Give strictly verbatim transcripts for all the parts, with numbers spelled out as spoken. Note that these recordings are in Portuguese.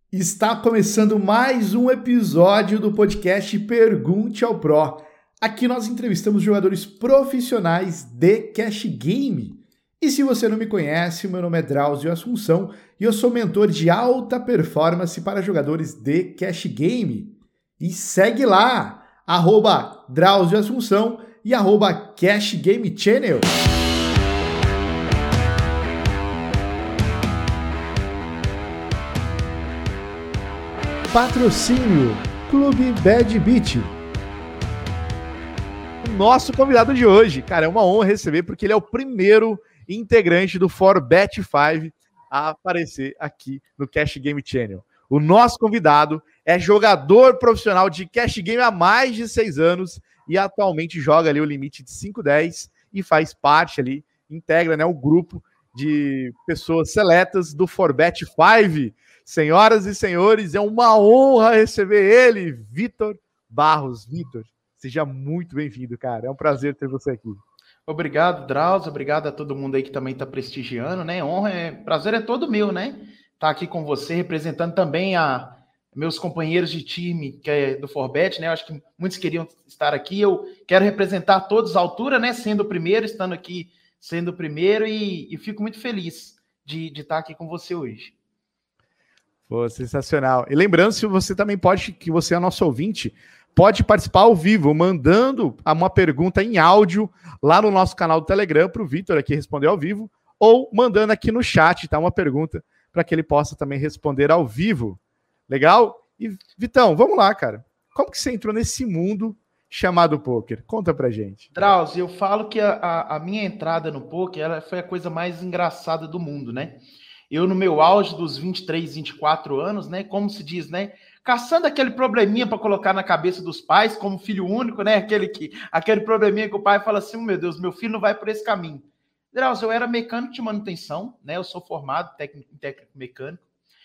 Está começando mais um episódio do podcast Pergunte ao Pro. Aqui nós entrevistamos jogadores profissionais de cash game. E se você não me conhece, meu nome é Drauzio Assunção e eu sou mentor de alta performance para jogadores de cash game. E segue lá, arroba Drauzio Assunção e arroba Cash Game Channel. Patrocínio Clube Bad Beat. O nosso convidado de hoje, cara, é uma honra receber porque ele é o primeiro integrante do four bet five a aparecer aqui no Cash Game Channel. O nosso convidado é jogador profissional de cash game há mais de seis anos e atualmente joga ali o limite de cinco dez e faz parte ali, integra, né, o grupo de pessoas seletas do four bet five. Senhoras e senhores, é uma honra receber ele, Vitor Barros. Vitor, seja muito bem-vindo, cara. É um prazer ter você aqui. Obrigado, Drauzio. Obrigado a todo mundo aí que também está prestigiando, né? Honra, é... prazer é todo meu, né? Estar aqui com você, representando também a meus companheiros de time, que é do four bet, né? Eu acho que muitos queriam estar aqui. Eu quero representar todos à altura, né? Sendo o primeiro, estando aqui sendo o primeiro, e, e fico muito feliz de, de estar aqui com você hoje. Pô, sensacional. E lembrando, se você também pode, que você é nosso ouvinte, pode participar ao vivo, mandando uma pergunta em áudio lá no nosso canal do Telegram para o Vitor aqui responder ao vivo, ou mandando aqui no chat, tá? Uma pergunta para que ele possa também responder ao vivo. Legal? E, Vitão, vamos lá, cara. Como que você entrou nesse mundo chamado poker? Conta pra gente. Drauzio, eu falo que a, a, a minha entrada no poker ela foi a coisa mais engraçada do mundo, né? Eu, no meu auge dos vinte e três, vinte e quatro anos, né? Como se diz, né? Caçando aquele probleminha para colocar na cabeça dos pais, como filho único, né? Aquele, que, aquele probleminha que o pai fala assim: oh, meu Deus, meu filho não vai por esse caminho. Drauzio, eu era mecânico de manutenção, né? Eu sou formado técnico, em técnico mecânico.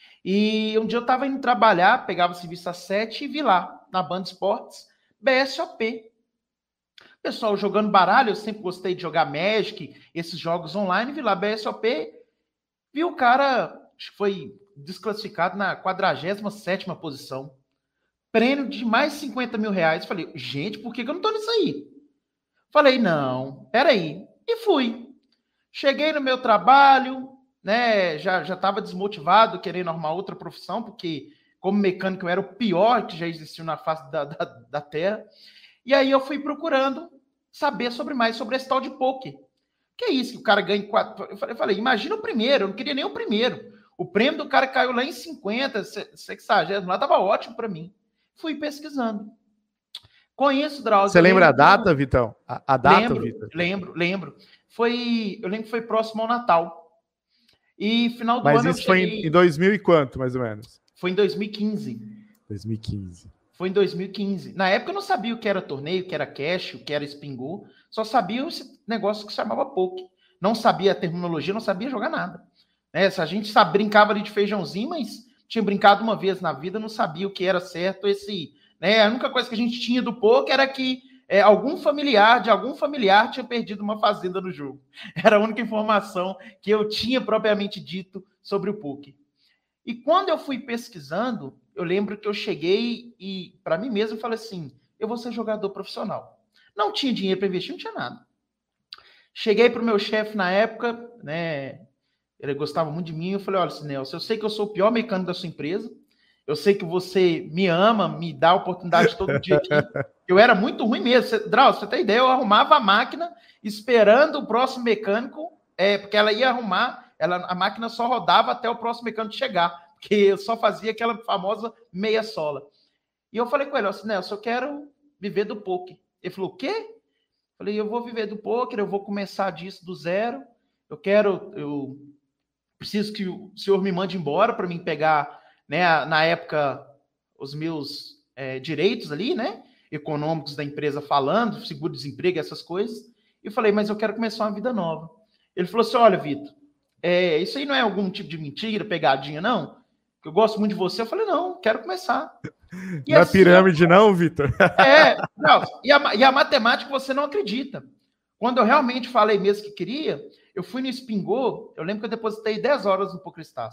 E um dia eu estava indo trabalhar, pegava o serviço às sete e vi lá, na Band Esportes, B S O P. Pessoal jogando baralho, eu sempre gostei de jogar Magic, esses jogos online, vi lá B S O P. Vi o cara, foi desclassificado na quadragésima sétima posição. Prêmio de mais cinquenta mil reais. Falei, gente, por que eu não tô nisso aí? Falei, não, peraí. E fui. Cheguei no meu trabalho, né? Já já estava desmotivado, querendo arrumar outra profissão, porque como mecânico eu era o pior que já existiu na face da, da, da Terra. E aí eu fui procurando saber sobre mais sobre esse tal de poker. Que é isso que o cara ganha em quatro... Eu falei, eu falei, imagina o primeiro, eu não queria nem o primeiro. O prêmio do cara caiu lá em cinquenta, sexagésimo, lá estava ótimo para mim. Fui pesquisando. Com isso, Drauzio... Você lembra a data, Vitão? A, a data, lembro, Vitor? Lembro, lembro. Foi, eu lembro que foi próximo ao Natal. E final do Mas ano isso eu foi cheguei... em dois mil e quanto, mais ou menos? Foi em dois mil e quinze. dois mil e quinze. Foi em dois mil e quinze. Na época eu não sabia o que era torneio, o que era cash, o que era spingu. Só sabia esse negócio que se chamava poker. Não sabia a terminologia, não sabia jogar nada. Né? A gente sabe, brincava ali de feijãozinho, mas tinha brincado uma vez na vida, não sabia o que era certo. Esse, né? A única coisa que a gente tinha do poker era que é, algum familiar, de algum familiar, tinha perdido uma fazenda no jogo. Era a única informação que eu tinha propriamente dito sobre o poker. E quando eu fui pesquisando, eu lembro que eu cheguei e, para mim mesmo, falei assim, eu vou ser jogador profissional. Não tinha dinheiro para investir, não tinha nada. Cheguei para o meu chefe na época, né? Ele gostava muito de mim. Eu falei, olha, Nelson, eu sei que eu sou o pior mecânico da sua empresa. Eu sei que você me ama, me dá a oportunidade todo dia aqui. Eu era muito ruim mesmo. Você, Drauzio, você tem ideia? Eu arrumava a máquina esperando o próximo mecânico, é, porque ela ia arrumar, ela, a máquina só rodava até o próximo mecânico chegar. Porque eu só fazia aquela famosa meia sola. E eu falei com ele, assim, Nelson, eu quero viver do poker. Ele falou, o quê? Eu falei, eu vou viver do poker, eu vou começar disso do zero. Eu quero, eu preciso que o senhor me mande embora para mim pegar, né, na época, os meus é, direitos ali, né, econômicos da empresa falando, seguro-desemprego, essas coisas. E eu falei, mas eu quero começar uma vida nova. Ele falou assim, olha, Vitor, é, isso aí não é algum tipo de mentira, pegadinha, não? Eu gosto muito de você. Eu falei, não, quero começar. E não assim, é pirâmide eu... não, Vitor? É, não, e a, e a matemática você não acredita. Quando eu realmente falei mesmo que queria, eu fui no Spingô, eu lembro que eu depositei dez horas no PokerStars.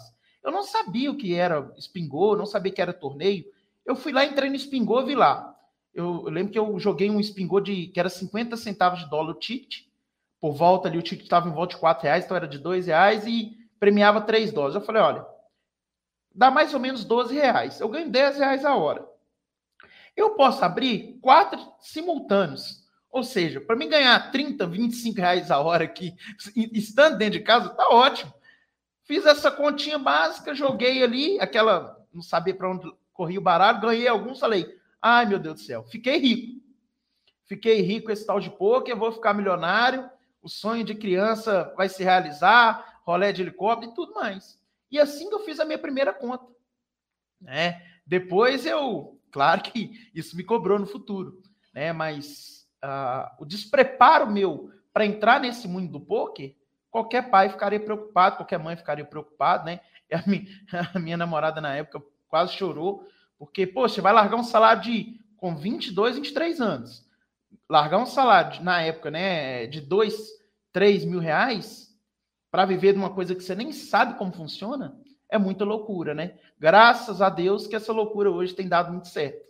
Eu não sabia o que era Spin-Go, não sabia que era torneio. Eu fui lá, entrei no Spin-Go, vi lá. Eu, eu lembro que eu joguei um Spin-Go de, que era cinquenta centavos de dólar o ticket. Por volta ali, o ticket estava em volta de quatro reais, então era de dois reais e premiava três dólares. Eu falei, olha, dá mais ou menos doze reais. Eu ganho dez reais a hora. Eu posso abrir quatro simultâneos. Ou seja, para mim ganhar trinta, vinte e cinco reais a hora aqui, estando dentro de casa, tá ótimo. Fiz essa continha básica, joguei ali, aquela, não sabia para onde corria o baralho, ganhei alguns, falei, ai meu Deus do céu, fiquei rico. Fiquei rico esse tal de poker, vou ficar milionário, o sonho de criança vai se realizar, rolê de helicóptero e tudo mais. E assim que eu fiz a minha primeira conta. Né? Depois eu, claro que isso me cobrou no futuro, né? Mas uh, o despreparo meu para entrar nesse mundo do poker, qualquer pai ficaria preocupado, qualquer mãe ficaria preocupado, né? E a, minha, a minha namorada na época quase chorou, porque, poxa, você vai largar um salário de, com vinte e dois, vinte e três anos, largar um salário, de, na época, né, de dois, três mil reais, para viver de uma coisa que você nem sabe como funciona, é muita loucura, né? Graças a Deus que essa loucura hoje tem dado muito certo.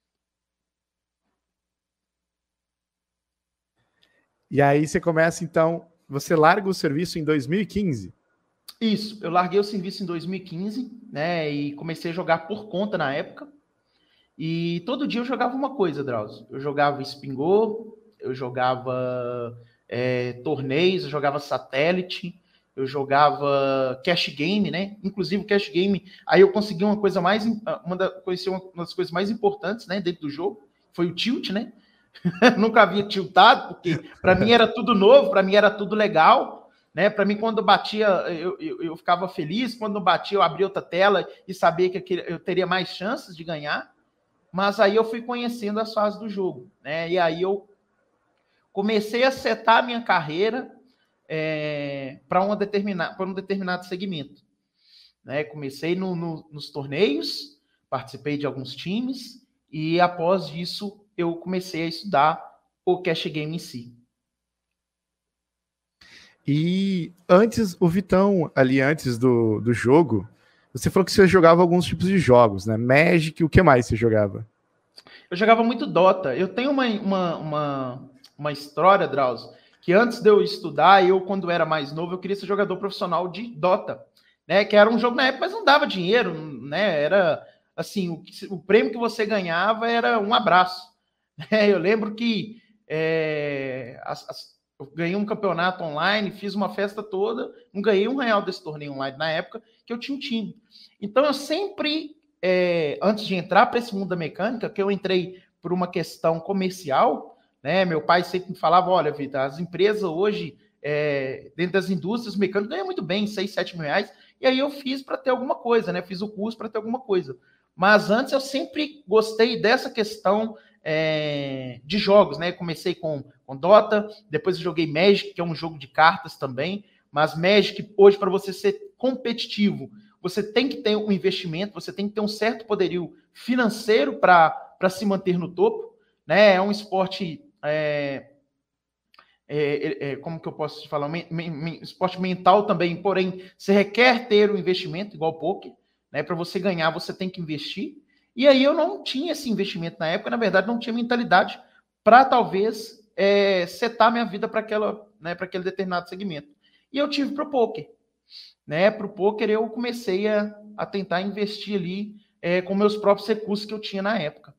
E aí você começa, então, você larga o serviço em dois mil e quinze? Isso, eu larguei o serviço em dois mil e quinze, né, e comecei a jogar por conta na época, e todo dia eu jogava uma coisa, Drauzio. Eu jogava Spin-Go, eu jogava é, torneios, eu jogava satélite, eu jogava cash game, né? Inclusive o cash game, aí eu consegui uma coisa mais, uma, da, conheci uma das coisas mais importantes, né, dentro do jogo, foi o tilt, né? Nunca havia tiltado, porque para mim era tudo novo, para mim era tudo legal, né? Para mim, quando eu batia, eu, eu, eu ficava feliz, quando eu batia, eu abria outra tela e sabia que eu teria mais chances de ganhar. Mas aí eu fui conhecendo as fases do jogo, né? E aí eu comecei a setar a minha carreira é, para uma determinada, para um determinado segmento, né? Comecei no, no, nos torneios, participei de alguns times e após isso eu comecei a estudar o cash game em si. E antes, o Vitão, ali antes do, do jogo, você falou que você jogava alguns tipos de jogos, né? Magic, o que mais você jogava? Eu jogava muito Dota. Eu tenho uma, uma, uma, uma história, Drauzio, que antes de eu estudar, eu, quando era mais novo, eu queria ser jogador profissional de Dota, né? Que era um jogo na época, mas não dava dinheiro, né? Era, assim, o, o prêmio que você ganhava era um abraço. Né? Eu lembro que é, as, as, eu ganhei um campeonato online, fiz uma festa toda, não ganhei um real desse torneio online na época, que eu tinha um time. Então, eu sempre, é, antes de entrar para esse mundo da mecânica, que eu entrei por uma questão comercial, né? Meu pai sempre me falava, olha, Vitor, as empresas hoje, é, dentro das indústrias mecânicas, ganham muito bem, seis, sete mil reais, e aí eu fiz para ter alguma coisa, né? Fiz o curso para ter alguma coisa. Mas antes eu sempre gostei dessa questão é, de jogos, né? Comecei com, com Dota, depois eu joguei Magic, que é um jogo de cartas também, mas Magic, hoje, para você ser competitivo, você tem que ter um investimento, você tem que ter um certo poderio financeiro para se manter no topo, né? É um esporte, é, é, é, como que eu posso te falar, me, me, me, esporte mental também, porém, você requer ter um investimento, igual o poker, né? Para você ganhar, você tem que investir. E aí eu não tinha esse investimento na época, na verdade, não tinha mentalidade para talvez é, setar minha vida para aquela, né, para aquele determinado segmento. E eu tive para o poker. Né, para o poker eu comecei a, a tentar investir ali é, com meus próprios recursos que eu tinha na época.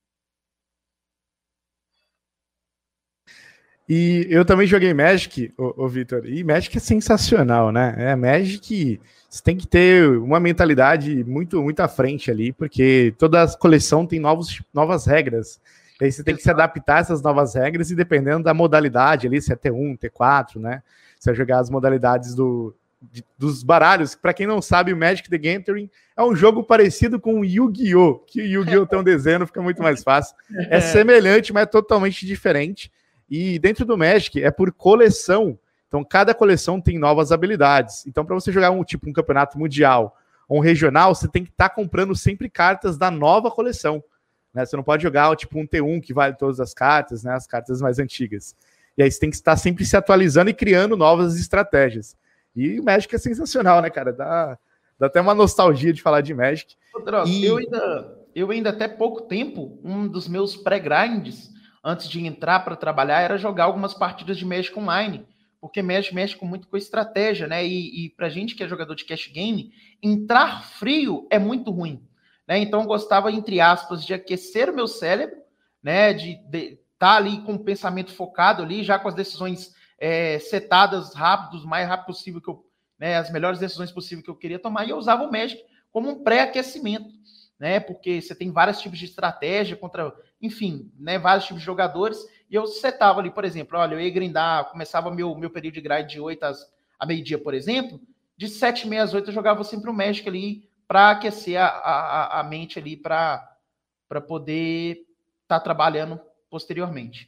E eu também joguei Magic, ô, ô Vitor, e Magic é sensacional, né? É, Magic, você tem que ter uma mentalidade muito, muito à frente ali, porque toda coleção tem novos, novas regras. E aí você tem Exato. que se adaptar a essas novas regras e dependendo da modalidade ali, se é T um, T quatro, né? Você vai jogar as modalidades do, de, dos baralhos. Para quem não sabe, o Magic the Gathering é um jogo parecido com o Yu-Gi-Oh! Que o Yu-Gi-Oh! Tem um desenho, fica muito mais fácil. É semelhante, mas é totalmente diferente. E dentro do Magic é por coleção. Então, cada coleção tem novas habilidades. Então, para você jogar um tipo um campeonato mundial ou um regional, você tem que estar tá comprando sempre cartas da nova coleção. Né? Você não pode jogar tipo um T um que vale todas as cartas, né? As cartas mais antigas. E aí você tem que estar sempre se atualizando e criando novas estratégias. E o Magic é sensacional, né, cara? Dá, Dá até uma nostalgia de falar de Magic. Droga, e... eu, ainda, eu ainda até pouco tempo, um dos meus pré-grinds, antes de entrar para trabalhar, era jogar algumas partidas de Magic Online, porque Magic mexe muito com estratégia, né? E, e pra gente que é jogador de cash game, entrar frio é muito ruim, né? Então eu gostava, entre aspas, de aquecer o meu cérebro, né? De estar tá ali com o pensamento focado ali, já com as decisões é, setadas rápidos, o mais rápido possível que eu, né? As melhores decisões possíveis que eu queria tomar, e eu usava o Magic como um pré-aquecimento, né? Porque você tem vários tipos de estratégia contra, enfim, né? Vários tipos de jogadores. E eu setava ali, por exemplo, olha, eu ia grindar, começava meu, meu período de grind de oito às, a meio-dia, por exemplo, de sete e meia às oito eu jogava sempre o Magic ali para aquecer a, a, a mente ali, para poder estar tá trabalhando posteriormente.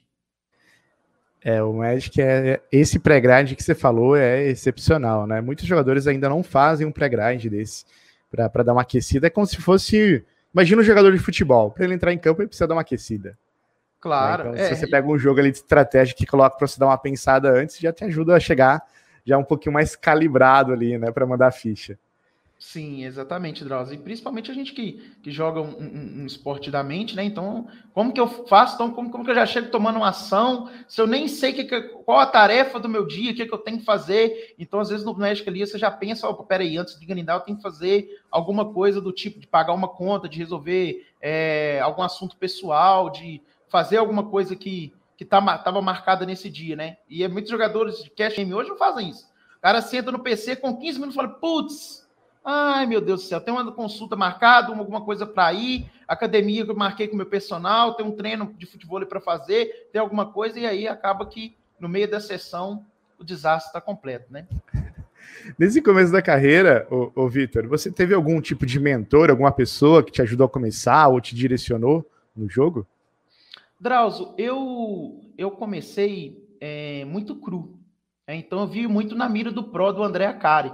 É, o Magic é esse pré-grind que você falou é excepcional, né? Muitos jogadores ainda não fazem um pré-grind desse para dar uma aquecida. É como se fosse, imagina um jogador de futebol, para ele entrar em campo ele precisa dar uma aquecida. Claro. Então, é. se você pega um jogo ali de estratégia que coloca para você dar uma pensada antes, já te ajuda a chegar já um pouquinho mais calibrado ali, né, para mandar a ficha. Sim, exatamente, Drauzio. E principalmente a gente que, que joga um, um, um esporte da mente, né? Então, como que eu faço? Então, como, como que eu já chego tomando uma ação? Se eu nem sei que, que, qual a tarefa do meu dia, o que, que eu tenho que fazer. Então, às vezes, no Magic ali, você já pensa, opa, peraí, antes de grindar, eu tenho que fazer alguma coisa do tipo de pagar uma conta, de resolver é, algum assunto pessoal, de fazer alguma coisa que que tá, tava marcada nesse dia, né? E muitos jogadores de cash game hoje não fazem isso. O cara senta no P C com quinze minutos e fala, putz, ai, meu Deus do céu, tem uma consulta marcada, alguma coisa para ir, academia que eu marquei com o meu personal, tem um treino de futebol para fazer, tem alguma coisa, e aí acaba que no meio da sessão o desastre está completo, né? Nesse começo da carreira, ô, ô Vitor, você teve algum tipo de mentor, alguma pessoa que te ajudou a começar ou te direcionou no jogo? Drauzio, eu, eu comecei é, muito cru, né? Então eu vi muito na mira do Pro do André Akari.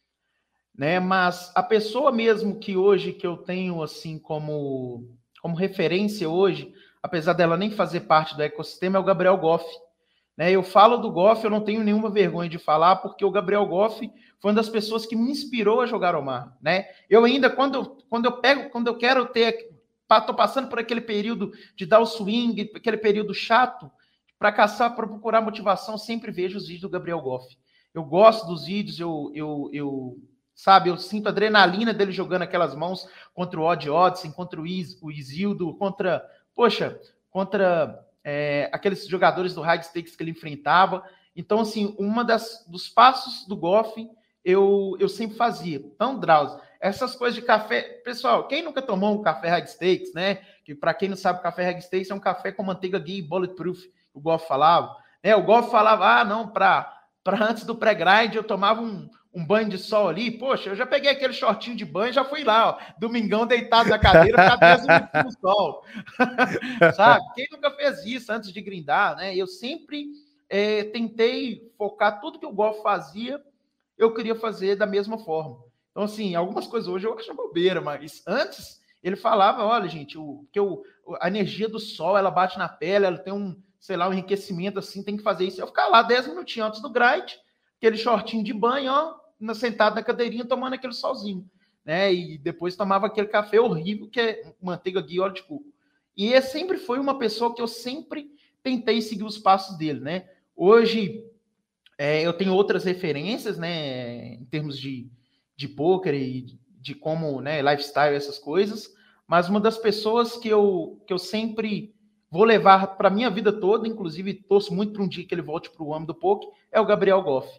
Né, mas a pessoa mesmo que hoje que eu tenho assim como, como referência hoje, apesar dela nem fazer parte do ecossistema, é o Gabriel Goff. Né, eu falo do Goff, eu não tenho nenhuma vergonha de falar, porque o Gabriel Goff foi uma das pessoas que me inspirou a jogar Omar. Né? Eu ainda, quando eu, quando eu pego, quando eu quero ter, estou passando por aquele período de dar o swing, aquele período chato, para caçar, para procurar motivação, sempre vejo os vídeos do Gabriel Goff. Eu gosto dos vídeos, eu... eu, eu sabe, eu sinto a adrenalina dele jogando aquelas mãos contra o Odd Odyssey, contra o, Is, o Isildo, contra, poxa, contra é, aqueles jogadores do High Stakes que ele enfrentava. Então, assim, uma das dos passos do Goff eu, eu sempre fazia. Então, Drauzio, essas coisas de café... Pessoal, quem nunca tomou um café High Stakes, né? Que para quem não sabe, o café High Stakes é um café com manteiga ghee bulletproof, o Goff falava. Né? O Goff falava, ah, não, para antes do pré-grind eu tomava um um banho de sol ali, poxa, eu já peguei aquele shortinho de banho, já fui lá, ó, domingão deitado na cadeira, ficar dez minutos no sol, sabe? Quem nunca fez isso antes de grindar, né? Eu sempre é, tentei focar tudo que o Goff fazia, eu queria fazer da mesma forma. Então, assim, algumas coisas hoje eu acho bobeira, mas antes ele falava, olha, gente, o, que o, a energia do sol, ela bate na pele, ela tem um, sei lá, um enriquecimento assim, tem que fazer isso. Eu ficar lá dez minutinhos antes do grind, aquele shortinho de banho, ó, sentado na cadeirinha, tomando aquele solzinho, né? E depois tomava aquele café horrível, que é manteiga ghee e óleo de coco. E ele sempre foi uma pessoa que eu sempre tentei seguir os passos dele, né? Hoje, é, eu tenho outras referências, né? Em termos de, de poker e de como, né? Lifestyle, essas coisas. Mas uma das pessoas que eu, que eu sempre vou levar para a minha vida toda, inclusive torço muito para um dia que ele volte para o âmbito do poker, é o Gabriel Goff.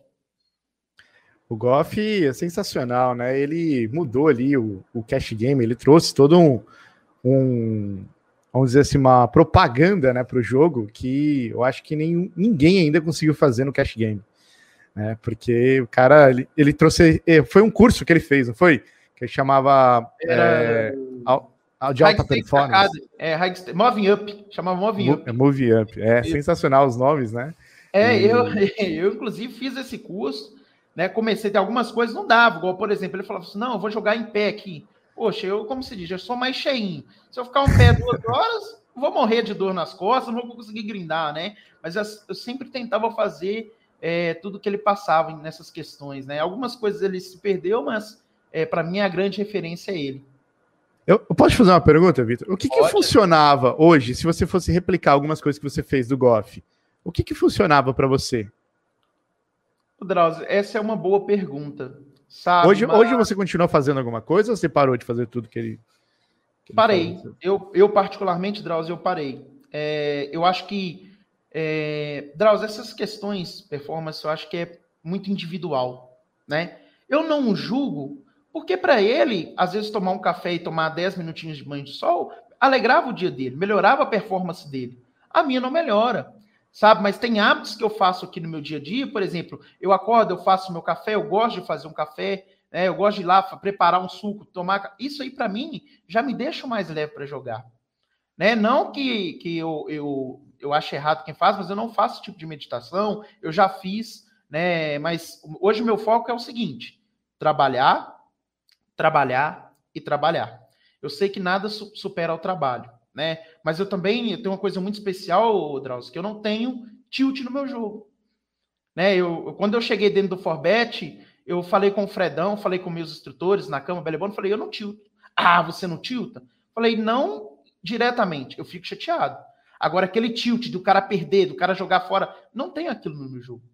O Goff é sensacional, né? Ele mudou ali o, o cash game, ele trouxe todo um, um, vamos dizer assim, uma propaganda, né, para o jogo que eu acho que nem, ninguém ainda conseguiu fazer no cash game, né? Porque o cara, ele, ele trouxe, foi um curso que ele fez, não foi? Que ele chamava é, de alta performance. É, Moving Up, chamava Moving Up. É Moving Up, é Isso. Sensacional os nomes, né? É, e... eu, eu inclusive fiz esse curso. Né, comecei a ter algumas coisas, não dava, igual, por exemplo, ele falava assim, não, eu vou jogar em pé aqui. Poxa, eu, como se diz, eu sou mais cheinho. Se eu ficar um pé duas horas, vou morrer de dor nas costas, não vou conseguir grindar, né? Mas eu, eu sempre tentava fazer é, tudo que ele passava nessas questões, né? Algumas coisas ele se perdeu, mas é, para mim, a grande referência é ele. Eu, eu posso te fazer uma pergunta, Vitor? O que, que funcionava hoje, se você fosse replicar algumas coisas que você fez do Golf? O que, que funcionava para você? Drauzio, essa é uma boa pergunta. Sabe, hoje, mas... hoje você continua fazendo alguma coisa ou você parou de fazer tudo que ele... Que ele parei. Eu, eu, particularmente, Drauzio, eu parei. É, eu acho que, é, Drauzio, essas questões, performance, eu acho que é muito individual, né? Eu não julgo... Porque para ele, às vezes, tomar um café e tomar dez minutinhos de banho de sol alegrava o dia dele, melhorava a performance dele. A minha não melhora, sabe? Mas tem hábitos que eu faço aqui no meu dia a dia, por exemplo, eu acordo, eu faço meu café, eu gosto de fazer um café, né? Eu gosto de ir lá preparar um suco, tomar... Isso aí, para mim, já me deixa mais leve para jogar. Né? Não que, que eu, eu, eu ache errado quem faz, mas eu não faço esse tipo de meditação, eu já fiz, né? Mas hoje o meu foco é o seguinte, trabalhar, trabalhar e trabalhar. Eu sei que nada su- supera o trabalho, né? Mas eu também eu tenho uma coisa muito especial, Drauzio, que eu não tenho tilt no meu jogo. Né? Eu, quando eu cheguei dentro do Forbet, eu falei com o Fredão, falei com meus instrutores na cama, Belebon, falei, eu não tilto. Ah, você não tilta? Falei, não diretamente, eu fico chateado. Agora, aquele tilt do cara perder, do cara jogar fora, não tem aquilo no meu jogo.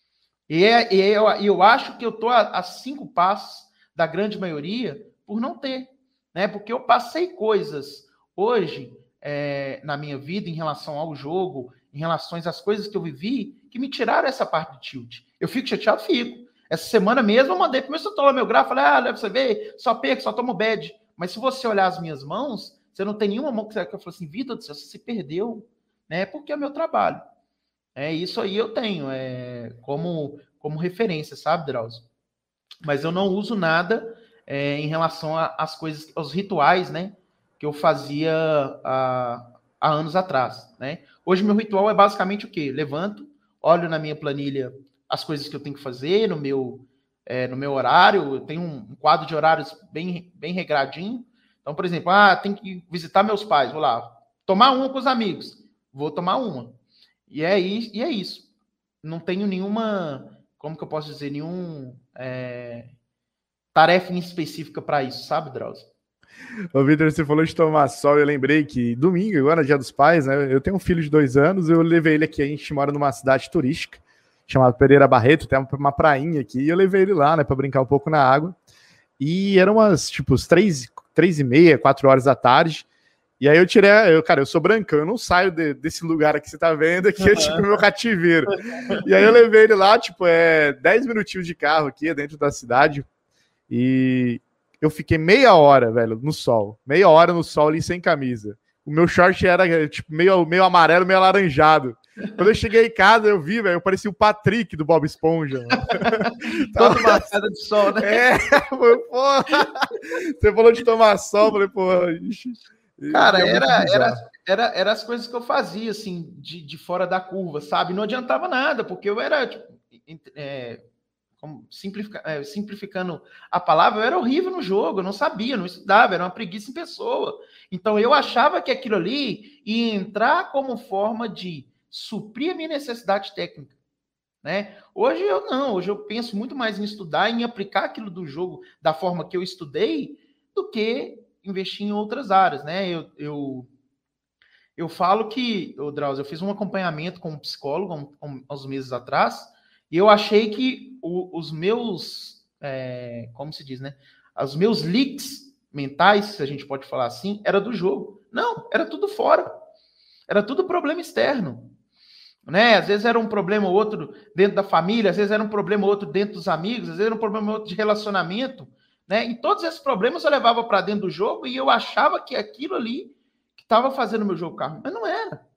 E, é, e eu, eu acho que eu tô a, a cinco passos da grande maioria por não ter, né? Porque eu passei coisas hoje é, na minha vida em relação ao jogo, em relação às coisas que eu vivi, que me tiraram essa parte de tilt. Eu fico chateado? Fico. Essa semana mesmo eu mandei pro meu instrutor meu gráfico, falei, ah, você vê, só perco, só tomo bad. Mas se você olhar as minhas mãos, você não tem nenhuma mão que você fala assim, Vitor, você se perdeu, né? Porque é o meu trabalho. É isso aí eu tenho, é, como, como referência, sabe, Drauzio? Mas eu não uso nada é, em relação às coisas, aos rituais, né, que eu fazia há, há anos atrás, né? Hoje meu ritual é basicamente o quê? Levanto, olho na minha planilha as coisas que eu tenho que fazer no meu, é, no meu horário, eu tenho um quadro de horários bem, bem regradinho. Então, por exemplo, ah, tem que visitar meus pais, vou lá, tomar uma com os amigos, vou tomar uma. E é, isso, e é isso. Não tenho nenhuma, como que eu posso dizer, nenhum é, tarefa específica para isso, sabe, Drauzio? Ô, Vitor, você falou de tomar sol, eu lembrei que domingo, agora, dia dos pais, né? Eu tenho um filho de dois anos, eu levei ele aqui, a gente mora numa cidade turística, chamada Pereira Barreto, tem uma prainha aqui, e eu levei ele lá, né, para brincar um pouco na água. E eram umas, tipo, as três, três e meia, quatro horas da tarde. E aí eu tirei, eu, cara, eu sou brancão, eu não saio de, desse lugar aqui que você tá vendo, aqui é tipo meu cativeiro. E aí eu levei ele lá, tipo, é dez minutinhos de carro aqui dentro da cidade. E eu fiquei meia hora, velho, no sol. Meia hora no sol ali sem camisa. O meu short era, tipo, meio, meio amarelo, meio alaranjado. Quando eu cheguei em casa, eu vi, velho, eu parecia o Patrick do Bob Esponja. Todo marcado de sol, né? É, foi, porra. Você falou de tomar sol, eu falei, porra, ixi. Cara, era, era, era, era as coisas que eu fazia, assim, de, de fora da curva, sabe? Não adiantava nada, porque eu era, tipo, é, como simplifica, é, simplificando a palavra, eu era horrível no jogo, eu não sabia, não estudava, era uma preguiça em pessoa. Então, eu achava que aquilo ali ia entrar como forma de suprir a minha necessidade técnica, né? Hoje eu não, hoje eu penso muito mais em estudar, em aplicar aquilo do jogo da forma que eu estudei, do que investir em outras áreas, né? Eu, eu, eu falo que, ô Drauzio, eu fiz um acompanhamento com um psicólogo há uns meses atrás, e eu achei que o, os meus, é, como se diz, né? Os meus leaks mentais, se a gente pode falar assim, era do jogo. Não, era tudo fora. Era tudo problema externo. Né? Às vezes era um problema ou outro dentro da família, às vezes era um problema ou outro dentro dos amigos, às vezes era um problema ou outro de relacionamento. Né? E todos esses problemas eu levava para dentro do jogo e eu achava que aquilo ali que estava fazendo o meu jogo carro, mas não era.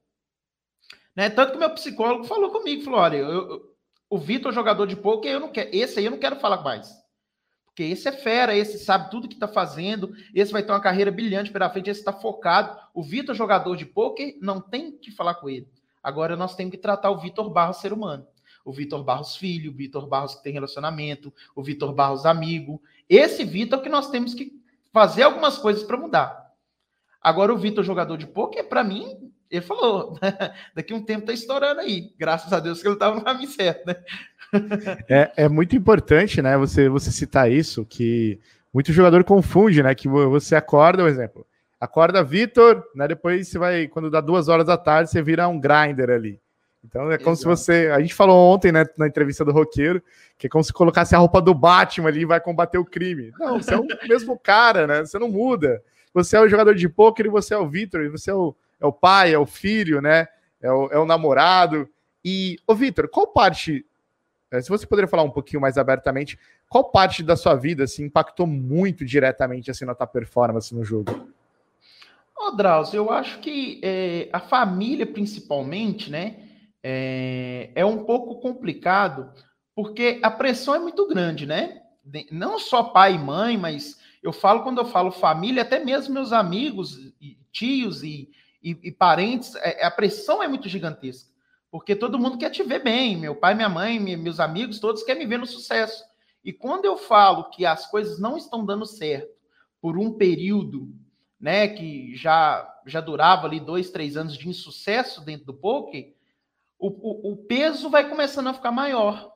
Né? Tanto que meu psicólogo falou comigo, falou, olha, eu, eu, o Vitor, jogador de poker, eu não quero, esse aí eu não quero falar mais. Porque esse é fera, esse sabe tudo que está fazendo, esse vai ter uma carreira brilhante pela frente, esse está focado. O Vitor, jogador de poker, não tem que falar com ele. Agora nós temos que tratar o Vitor Barros ser humano. O Vitor Barros filho, o Vitor Barros que tem relacionamento, o Vitor Barros amigo. Esse Vitor que nós temos que fazer algumas coisas para mudar. Agora o Vitor jogador de poker, para mim, ele falou, daqui a um tempo tá estourando aí. Graças a Deus que ele estava no caminho certo, né? É, é muito importante, né, você, você citar isso, que muito jogador confunde, né? Que você acorda, por exemplo, acorda Vitor, né? Depois você vai, quando dá duas horas da tarde, você vira um grinder ali. Então é como Exato. se você... A gente falou ontem, né, na entrevista do Roqueiro, que é como se colocasse a roupa do Batman ali e vai combater o crime. Não, você é o mesmo cara, né? Você não muda. Você é o jogador de pôquer e você é o Vitor, e você é o, é o pai, é o filho, né? É o, é o namorado. E, ô Vitor, qual parte... Se você poderia falar um pouquinho mais abertamente, qual parte da sua vida assim, impactou muito diretamente assim, na tua performance no jogo? Ô, Drauzio, eu acho que é, a família, principalmente, né? É, é um pouco complicado, porque a pressão é muito grande, né? Não só pai e mãe, mas eu falo, quando eu falo família, até mesmo meus amigos, e tios e, e, e parentes, é, a pressão é muito gigantesca, porque todo mundo quer te ver bem, meu pai, minha mãe, meus amigos, todos querem me ver no sucesso. E quando eu falo que as coisas não estão dando certo por um período, né, que já, já durava ali dois, três anos de insucesso dentro do poker, O, o, o peso vai começando a ficar maior,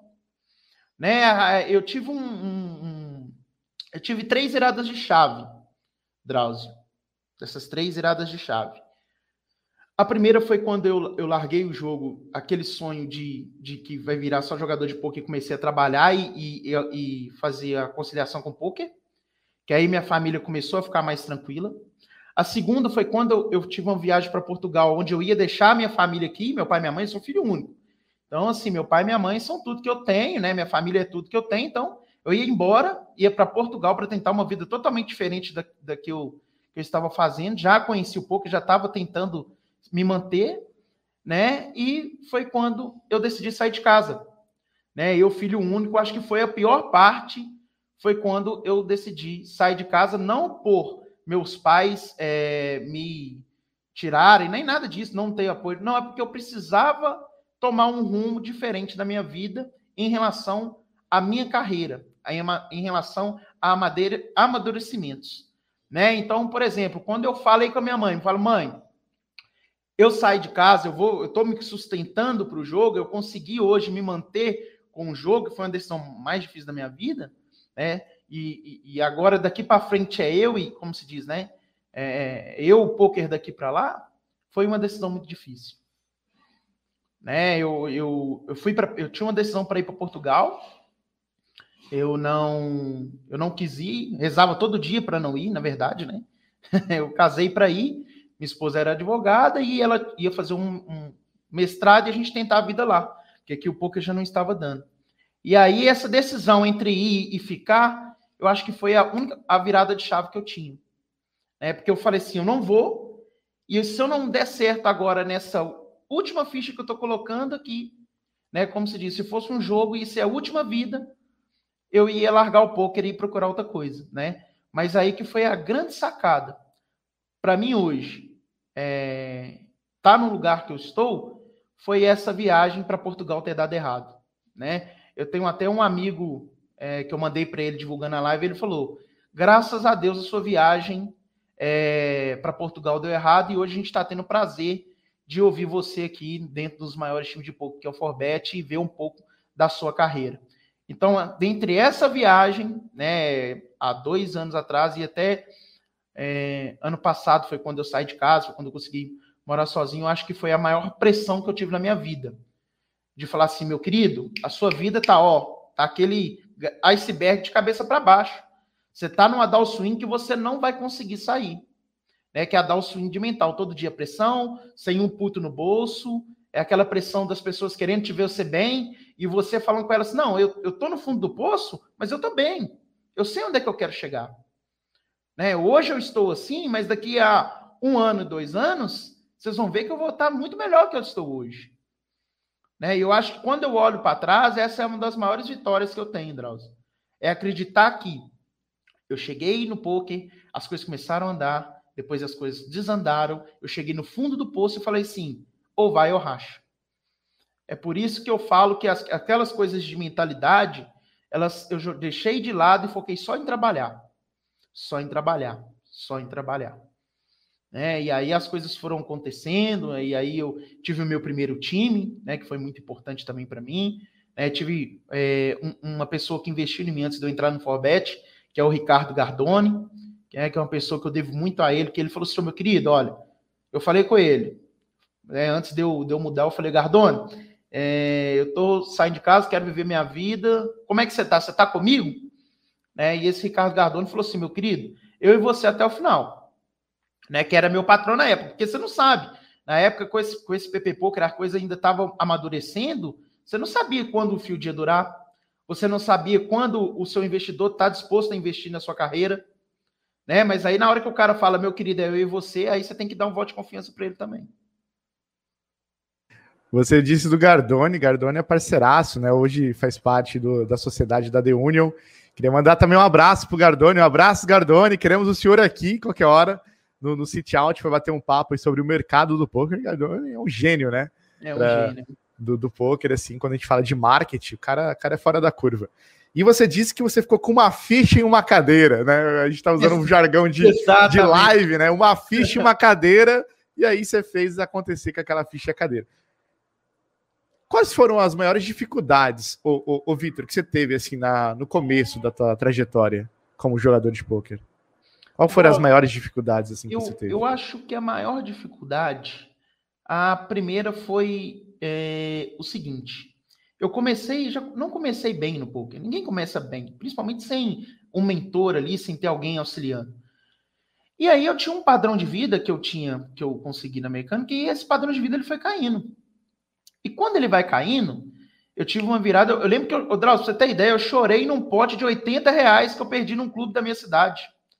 né? Eu tive um, um, um eu tive três viradas de chave, Drauzio, dessas três viradas de chave. A primeira foi quando eu, eu larguei o jogo, aquele sonho de, de que vai virar só jogador de poker, e comecei a trabalhar e, e, e fazer a conciliação com o poker, que aí minha família começou a ficar mais tranquila. A segunda foi quando eu, eu tive uma viagem para Portugal, onde eu ia deixar minha família aqui, meu pai e minha mãe, eu sou filho único. Então, assim, meu pai e minha mãe são tudo que eu tenho, né? Minha família é tudo que eu tenho. Então, eu ia embora, ia para Portugal para tentar uma vida totalmente diferente da, da que, eu, que eu estava fazendo. Já conheci o pouco, já estava tentando me manter, né? E foi quando eu decidi sair de casa, né? Eu, filho único, acho que foi a pior parte, foi quando eu decidi sair de casa, não por meus pais é, me tirarem, nem nada disso, não ter apoio. Não, é porque eu precisava tomar um rumo diferente da minha vida em relação à minha carreira, em relação a amadurecimentos, né? Então, por exemplo, quando eu falei com a minha mãe, eu falo, mãe, eu saí de casa, eu vou, eu estou me sustentando para o jogo, eu consegui hoje me manter com o jogo, que foi uma decisão mais difícil da minha vida, né? E, e, e agora daqui para frente é eu e, como se diz, né? É, eu, o poker daqui para lá, foi uma decisão muito difícil. Né? Eu, eu, eu, fui pra, eu tinha uma decisão para ir para Portugal, eu não, eu não quis ir, rezava todo dia para não ir, na verdade, né? Eu casei para ir, minha esposa era advogada e ela ia fazer um, um mestrado e a gente tentar a vida lá, porque aqui o poker já não estava dando. E aí essa decisão entre ir e ficar, eu acho que foi a única a virada de chave que eu tinha. É, porque eu falei assim, eu não vou, e se eu não der certo agora nessa última ficha que eu estou colocando aqui, né, como se diz, se fosse um jogo e isso é a última vida, eu ia largar o poker e ir procurar outra coisa, né? Mas aí que foi a grande sacada. Para mim hoje, é, tá no lugar que eu estou, foi essa viagem para Portugal ter dado errado, né? Eu tenho até um amigo é, que eu mandei para ele divulgando a live, ele falou, graças a Deus a sua viagem é, para Portugal deu errado e hoje a gente está tendo o prazer de ouvir você aqui dentro dos maiores times de poker, que é o Forbet, e ver um pouco da sua carreira. Então, dentre essa viagem, né, há dois anos atrás e até é, ano passado foi quando eu saí de casa, foi quando eu consegui morar sozinho, eu acho que foi a maior pressão que eu tive na minha vida. De falar assim, meu querido, a sua vida tá, ó, tá aquele iceberg de cabeça para baixo. Você tá numa downswing que você não vai conseguir sair. Né? Que é a downswing de mental. Todo dia pressão, sem um puto no bolso, é aquela pressão das pessoas querendo te ver você bem, e você falando com elas assim, não, eu, eu tô no fundo do poço, mas eu tô bem. Eu sei onde é que eu quero chegar. Né? Hoje eu estou assim, mas daqui a um ano, dois anos, vocês vão ver que eu vou estar muito melhor que eu estou hoje. Né? E eu acho que quando eu olho para trás, essa é uma das maiores vitórias que eu tenho, Drauzio. É acreditar que eu cheguei no poker, as coisas começaram a andar, depois as coisas desandaram, eu cheguei no fundo do poço e falei assim, ou vai ou racha. É por isso que eu falo que as, aquelas coisas de mentalidade, elas, eu deixei de lado e foquei só em trabalhar. Só em trabalhar, só em trabalhar. É, e aí as coisas foram acontecendo, e aí eu tive o meu primeiro time, né, que foi muito importante também para mim. É, tive é, um, uma pessoa que investiu em mim antes de eu entrar no Forbet, que é o Ricardo Gardoni, que é, que é uma pessoa que eu devo muito a ele, que ele falou assim, meu querido, olha, eu falei com ele, né, antes de eu, de eu mudar, eu falei, Gardoni, é, eu tô saindo de casa, quero viver minha vida, como é que você tá? Você tá comigo? Né, e esse Ricardo Gardoni falou assim, meu querido, eu e você até o final, né, que era meu patrão na época, porque você não sabe, na época com esse, com esse P P Poker, a coisa ainda estava amadurecendo, você não sabia quando o fio ia durar, você não sabia quando o seu investidor está disposto a investir na sua carreira, né? Mas aí na hora que o cara fala, meu querido, é eu e você, aí você tem que dar um voto de confiança para ele também. Você disse do Gardoni, Gardoni é parceiraço, né? Hoje faz parte do, da sociedade da The Union. Queria mandar também um abraço pro Gardoni, um abraço, Gardoni, queremos o senhor aqui, qualquer hora, no, no Sit Out, para bater um papo aí sobre o mercado do poker. Gardoni é um gênio, né? É um pra... gênio. Do, do poker, assim, quando a gente fala de marketing, o cara, o cara é fora da curva. E você disse que você ficou com uma ficha em uma cadeira, né? A gente tá usando um jargão de, de live, né? Uma ficha em uma cadeira, e aí você fez acontecer com aquela ficha e a cadeira. Quais foram as maiores dificuldades, ô, ô, ô Vitor, que você teve, assim, na, no começo da tua trajetória como jogador de poker? Qual foram as maiores dificuldades, assim, que eu, você teve? Eu acho que a maior dificuldade, a primeira foi é, o seguinte, eu comecei, já não comecei bem no poker, ninguém começa bem, principalmente sem um mentor ali, sem ter alguém auxiliando. E aí eu tinha um padrão de vida que eu tinha, que eu consegui na mecânica, e esse padrão de vida ele foi caindo. E quando ele vai caindo, eu tive uma virada, eu lembro que, eu, Drauzio, pra você ter ideia, eu chorei num pote de oitenta reais que eu perdi num clube da minha cidade.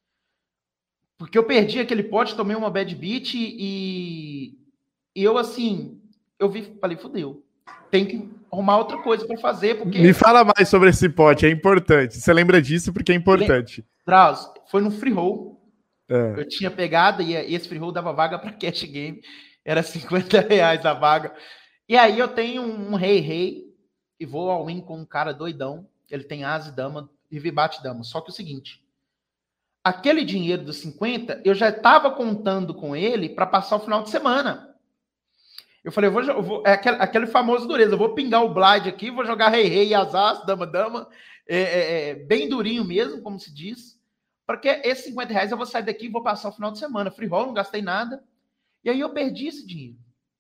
Porque eu perdi aquele pote, tomei uma bad beat e, e eu, assim, eu vi, falei, fudeu. Tem que arrumar outra coisa para fazer, porque... Me fala mais sobre esse pote, é importante. Você lembra disso porque é importante. Drauzio, foi no free roll. É. Eu tinha pegado e esse free roll dava vaga para cash game. Era cinquenta reais a vaga. E aí eu tenho um rei rei e vou ao win com um cara doidão. Ele tem asa e dama e bate dama. Só que o seguinte, aquele dinheiro dos cinquenta, eu já estava contando com ele para passar o final de semana. Eu falei, eu vou, eu vou, é aquele, aquele famoso dureza, eu vou pingar o blind aqui, vou jogar rei, rei, as, dama, dama, é, é, é, bem durinho mesmo, como se diz, porque esses cinquenta reais eu vou sair daqui e vou passar o final de semana. Free roll, não gastei nada. E aí eu perdi esse dinheiro.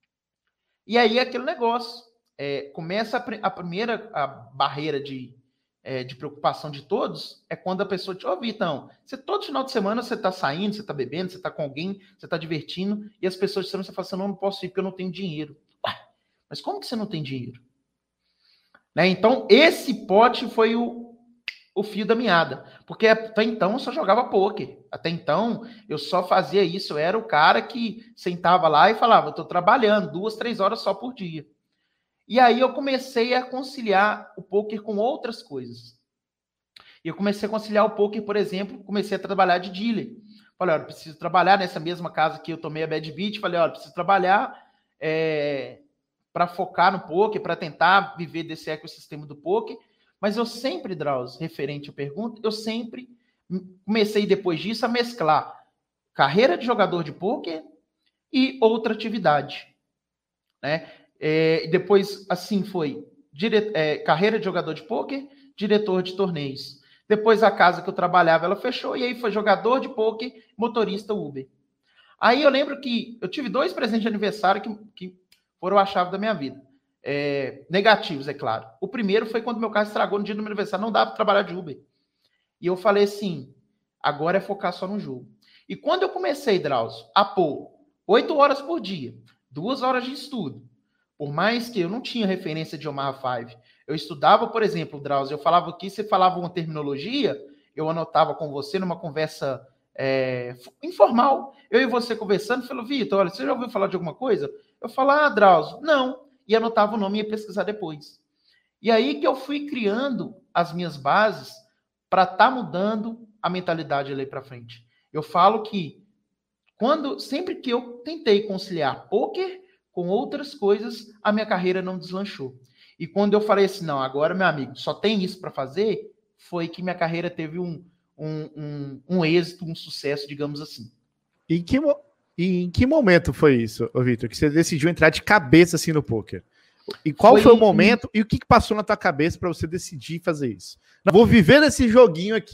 E aí aquele negócio, é, começa a, a primeira a barreira de, é, de preocupação de todos, é quando a pessoa te ouve, então, você todo final de semana você está saindo, você está bebendo, você está com alguém, você está divertindo, e as pessoas disseram, você fala assim, não, não posso ir porque eu não tenho dinheiro. Ué, mas como que você não tem dinheiro? Né? Então, esse pote foi o, o fio da meada, porque até então eu só jogava pôquer, até então eu só fazia isso, eu era o cara que sentava lá e falava, eu estou trabalhando duas, três horas só por dia. E aí eu comecei a conciliar o pôquer com outras coisas. E eu comecei a conciliar o pôquer, por exemplo, comecei a trabalhar de dealer. Falei, olha, preciso trabalhar nessa mesma casa que eu tomei a bad beat, falei, olha, preciso trabalhar é, para focar no pôquer, para tentar viver desse ecossistema do pôquer. Mas eu sempre, Drauzio, referente à pergunta, eu sempre comecei depois disso a mesclar carreira de jogador de pôquer e outra atividade, né? É, depois, assim foi, dire... é, carreira de jogador de pôquer, diretor de torneios. Depois a casa que eu trabalhava, ela fechou, e aí foi jogador de pôquer, motorista Uber. Aí eu lembro que eu tive dois presentes de aniversário que, que foram a chave da minha vida. É, negativos, é claro. O primeiro foi quando meu carro estragou no dia do meu aniversário, não dava para trabalhar de Uber. E eu falei assim, agora é focar só no jogo. E quando eu comecei, Drauzio, a pôr oito horas por dia, duas horas de estudo, por mais que eu não tinha referência de Omaha Five, eu estudava, por exemplo, Drauzio, eu falava aqui, você falava uma terminologia, eu anotava com você numa conversa é, informal, eu e você conversando, falou, Vitor, olha, você já ouviu falar de alguma coisa? Eu falava, ah, Drauzio, não, e anotava o nome e ia pesquisar depois. E aí que eu fui criando as minhas bases para estar tá mudando a mentalidade ali para frente. Eu falo que quando, sempre que eu tentei conciliar pôquer com outras coisas, a minha carreira não deslanchou. E quando eu falei assim, não, agora, meu amigo, só tem isso para fazer, foi que minha carreira teve um, um, um, um êxito, um sucesso, digamos assim. E que, em que momento foi isso, Vitor, que você decidiu entrar de cabeça assim no pôquer? E qual foi, foi o momento e o que passou na tua cabeça para você decidir fazer isso? Não, vou viver nesse joguinho aqui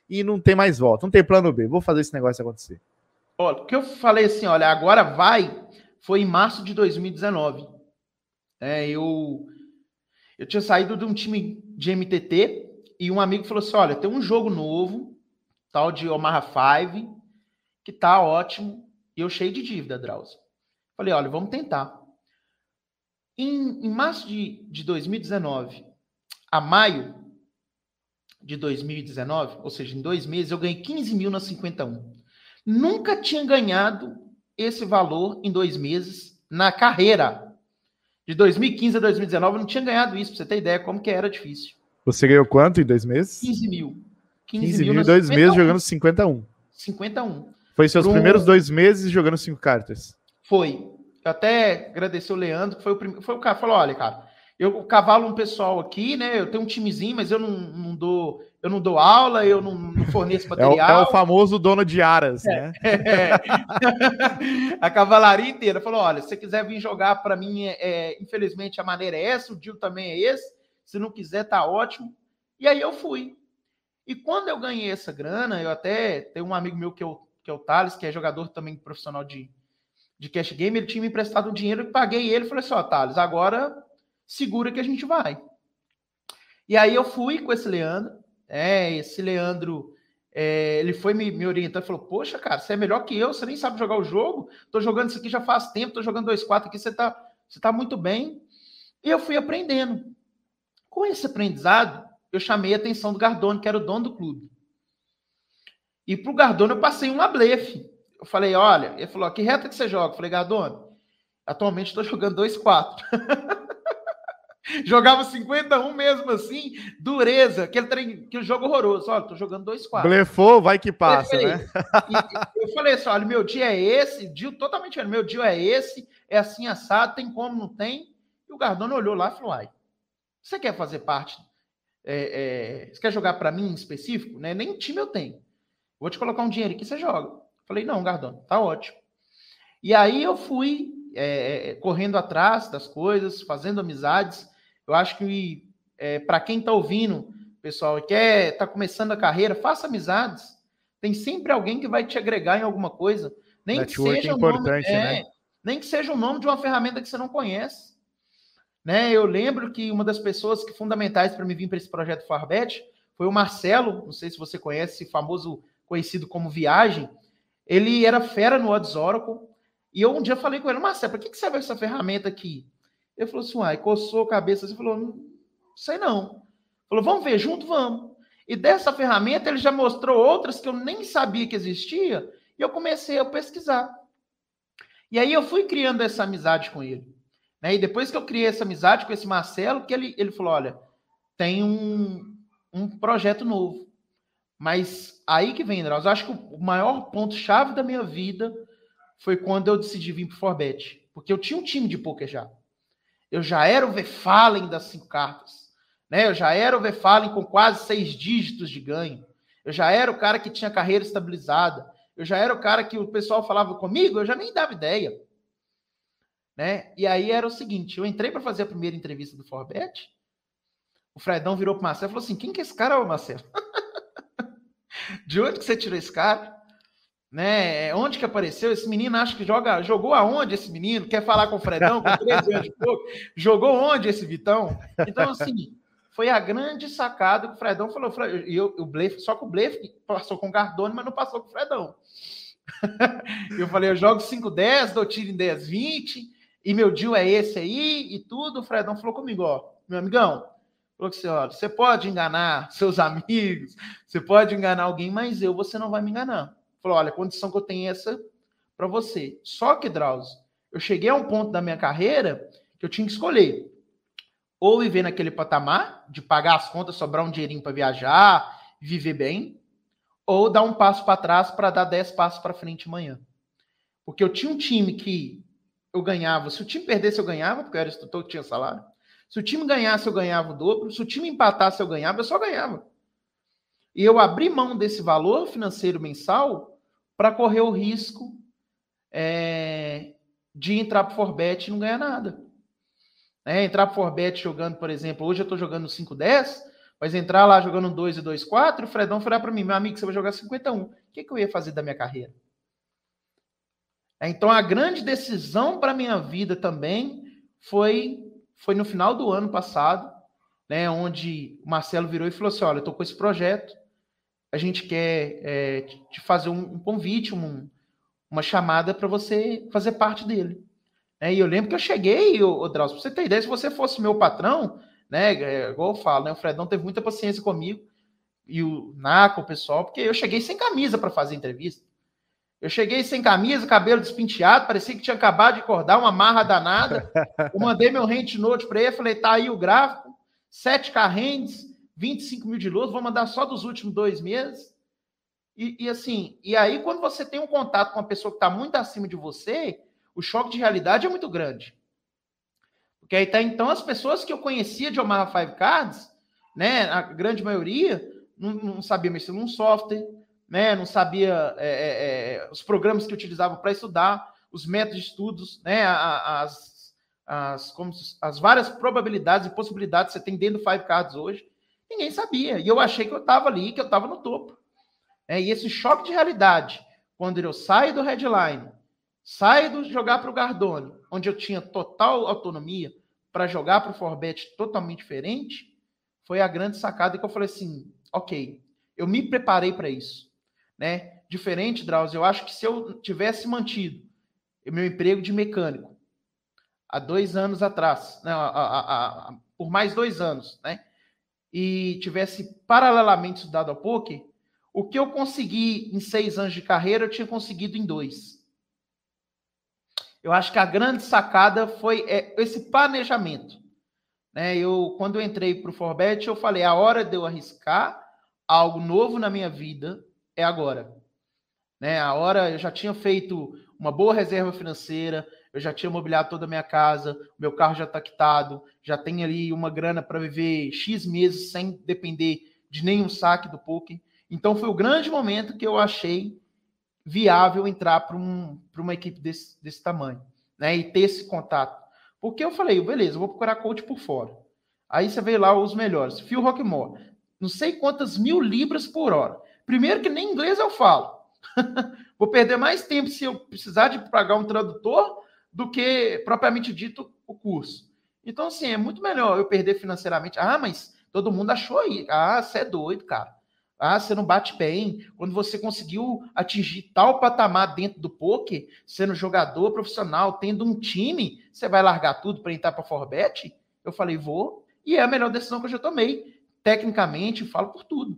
e não tem mais volta, não tem plano B, vou fazer esse negócio acontecer. Olha, o que eu falei assim, olha, agora vai, foi em março de dois mil e dezenove. É, eu, eu tinha saído de um time de M T T e um amigo falou assim, olha, tem um jogo novo, tal de Omaha cinco, que tá ótimo, e eu cheio de dívida, Drauzio. Falei, olha, vamos tentar. Em, em março de, de dois mil e dezenove a maio de dois mil e dezenove, ou seja, em dois meses, eu ganhei quinze mil na cinquenta e um. Nunca tinha ganhado esse valor em dois meses na carreira. De dois mil e quinze a dois mil e dezenove, eu não tinha ganhado isso, pra você ter ideia como que era difícil. Você ganhou quanto em dois meses? quinze mil. quinze mil em dois meses jogando cinquenta e um. cinquenta e um. Foi seus Pro... primeiros dois meses jogando cinco cartas? Foi. Eu até agradecer o Leandro, que foi o primeiro. Foi o cara que falou: olha, cara, eu cavalo um pessoal aqui, né? Eu tenho um timezinho, mas eu não, não dou. Eu não dou aula, eu não, não forneço material. É o, é o famoso dono de aras, é, né? É. A cavalaria inteira falou: olha, se você quiser vir jogar para mim, é, infelizmente a maneira é essa, o deal também é esse. Se não quiser, tá ótimo. E aí eu fui. E quando eu ganhei essa grana, eu até tenho um amigo meu que é o, que é o Thales, que é jogador também profissional de, de cash game, ele tinha me emprestado um dinheiro, eu paguei ele, falei assim, ó, Thales, agora segura que a gente vai. E aí eu fui com esse Leandro, é, esse Leandro, é, ele foi me, me orientando, falou, poxa, cara, você é melhor que eu, você nem sabe jogar o jogo, tô jogando isso aqui já faz tempo, tô jogando dois quatro aqui, você tá, você tá muito bem. E eu fui aprendendo. Com esse aprendizado, eu chamei a atenção do Gardone, que era o dono do clube. E pro Gardone eu passei uma blefe. Eu falei, olha, ele falou, que reta que você joga? Eu falei, Gardone, atualmente estou jogando dois quatro. Jogava cinquenta e um mesmo assim, dureza, aquele, treino, aquele jogo horroroso. Olha, tô jogando dois quatro. Blefou, vai que passa, eu né? E, eu falei assim, olha, meu dia é esse, dia totalmente, meu dia é esse, é assim assado, tem como, não tem? E o Gardone olhou lá e falou, ai, você quer fazer parte, é, é, você quer jogar para mim em específico? Né? Nem time eu tenho. Vou te colocar um dinheiro aqui, você joga. Falei, não, Gardone, tá ótimo. E aí eu fui é, correndo atrás das coisas, fazendo amizades. Eu acho que é, para quem está ouvindo, pessoal, quer está começando a carreira, faça amizades. Tem sempre alguém que vai te agregar em alguma coisa. Nem Network que seja é importante, nome, né? É, nem que seja o nome de uma ferramenta que você não conhece. Né? Eu lembro que uma das pessoas que fundamentais para me vir para esse projeto Farbet foi o Marcelo, não sei se você conhece, esse famoso conhecido como Viagem. Ele era fera no Odds Oracle. E eu um dia falei com ele, Marcelo, para que, que serve essa ferramenta aqui? Ele falou assim, uai, coçou a cabeça, ele falou, não sei não. Falou, vamos ver junto? Vamos. E dessa ferramenta ele já mostrou outras que eu nem sabia que existia, e eu comecei a pesquisar. E aí eu fui criando essa amizade com ele. Né? E depois que eu criei essa amizade com esse Marcelo, que ele, ele falou, olha, tem um, um projeto novo. Mas aí que vem, Drauzio, eu acho que o maior ponto-chave da minha vida foi quando eu decidi vir para o Forbet. Porque eu tinha um time de poker já. Eu já era o Vefalen das cinco cartas. Né? Eu já era o Vefalen com quase seis dígitos de ganho. Eu já era o cara que tinha carreira estabilizada. Eu já era o cara que o pessoal falava comigo, eu já nem dava ideia. Né? E aí era o seguinte, eu entrei para fazer a primeira entrevista do Forbet, o Fredão virou para o Marcelo e falou assim, quem que é esse cara, ô Marcelo? De onde que você tirou esse cara? Né? Onde que apareceu? Esse menino acho que joga, jogou aonde esse menino? Quer falar com o Fredão com treze anos de pouco? Jogou onde esse Vitão? Então, assim, foi a grande sacada que o Fredão falou. E eu, o blefe, só que o blefe passou com o Gardone, mas não passou com o Fredão. Eu falei, eu jogo cinco dez, dou tiro em dez vinte, e meu deal é esse aí, e tudo. O Fredão falou comigo, ó, meu amigão, falou assim, ó, você pode enganar seus amigos, você pode enganar alguém, mas eu, você não vai me enganar. Falou, olha, a condição que eu tenho é essa para você. Só que, Drauzio, eu cheguei a um ponto da minha carreira que eu tinha que escolher. Ou viver naquele patamar de pagar as contas, sobrar um dinheirinho para viajar, viver bem, ou dar um passo para trás para dar dez passos para frente amanhã. Porque eu tinha um time que eu ganhava. Se o time perdesse, eu ganhava, porque eu era instrutor, eu tinha salário. Se o time ganhasse, eu ganhava o dobro. Se o time empatasse, eu ganhava, eu só ganhava. E eu abri mão desse valor financeiro mensal para correr o risco é, de entrar para o Forbet e não ganhar nada. É, entrar para o Forbet jogando, por exemplo, hoje eu estou jogando cinco dez, Mas entrar lá jogando dois e dois quatro, o Fredão foi lá para mim, meu amigo, você vai jogar cinquenta e um. O que, que eu ia fazer da minha carreira? Então, a grande decisão para a minha vida também foi, foi no final do ano passado, né, onde o Marcelo virou e falou assim, olha, eu estou com esse projeto, a gente quer é, te fazer um, um convite, um, uma chamada para você fazer parte dele. É, e eu lembro que eu cheguei, ô, Drauzio, pra você ter ideia, se você fosse meu patrão, né, é, igual eu falo, né, o Fredão teve muita paciência comigo, e o Naco, o pessoal, porque eu cheguei sem camisa para fazer entrevista. Eu cheguei sem camisa, cabelo despenteado, parecia que tinha acabado de acordar, uma marra danada. Eu mandei meu rent note para ele, falei, tá aí o gráfico, sete K rendes, vinte e cinco mil de luz, vou mandar só dos últimos dois meses. E, e assim, e aí quando você tem um contato com uma pessoa que está muito acima de você, o choque de realidade é muito grande. Porque aí tá, então, as pessoas que eu conhecia de Omaha Five Cards, né, a grande maioria, não, não sabia mexer num software, né, não sabia é, é, os programas que utilizavam para estudar, os métodos de estudos, né, as, as, como, as várias probabilidades e possibilidades que você tem dentro do Five Cards hoje, ninguém sabia. E eu achei que eu estava ali, que eu estava no topo. É, e esse choque de realidade, quando eu saio do Headline, saio do jogar para o Gardone, onde eu tinha total autonomia para jogar para o Forbet totalmente diferente, foi a grande sacada que eu falei assim, ok, eu me preparei para isso. Né? Diferente, Drauzio, eu acho que se eu tivesse mantido o meu emprego de mecânico há dois anos atrás, né, a, a, a, a, por mais dois anos, né, e tivesse paralelamente estudado a poker, o que eu consegui em seis anos de carreira, eu tinha conseguido em dois. Eu acho que a grande sacada foi é, esse planejamento. Né? Eu, quando eu entrei para o Forbet, eu falei, a hora de eu arriscar algo novo na minha vida é agora. Né? A hora, eu já tinha feito uma boa reserva financeira, eu já tinha mobiliado toda a minha casa, meu carro já está quitado, já tem ali uma grana para viver X meses sem depender de nenhum saque do poker. Então, foi o grande momento que eu achei viável entrar para um, para uma equipe desse, desse tamanho, né? E ter esse contato. Porque eu falei, beleza, eu vou procurar coach por fora. Aí você vê lá os melhores. Phil Rockmore, não sei quantas mil libras por hora. Primeiro que nem inglês eu falo. Vou perder mais tempo se eu precisar de pagar um tradutor do que, propriamente dito, o curso. Então, assim, é muito melhor eu perder financeiramente. Ah, mas todo mundo achou aí. Ah, você é doido, cara. Ah, você não bate bem. Quando você conseguiu atingir tal patamar dentro do poker, sendo jogador profissional, tendo um time, você vai largar tudo para entrar para a Forbet? Eu falei, vou. E é a melhor decisão que eu já tomei. Tecnicamente, falo por tudo.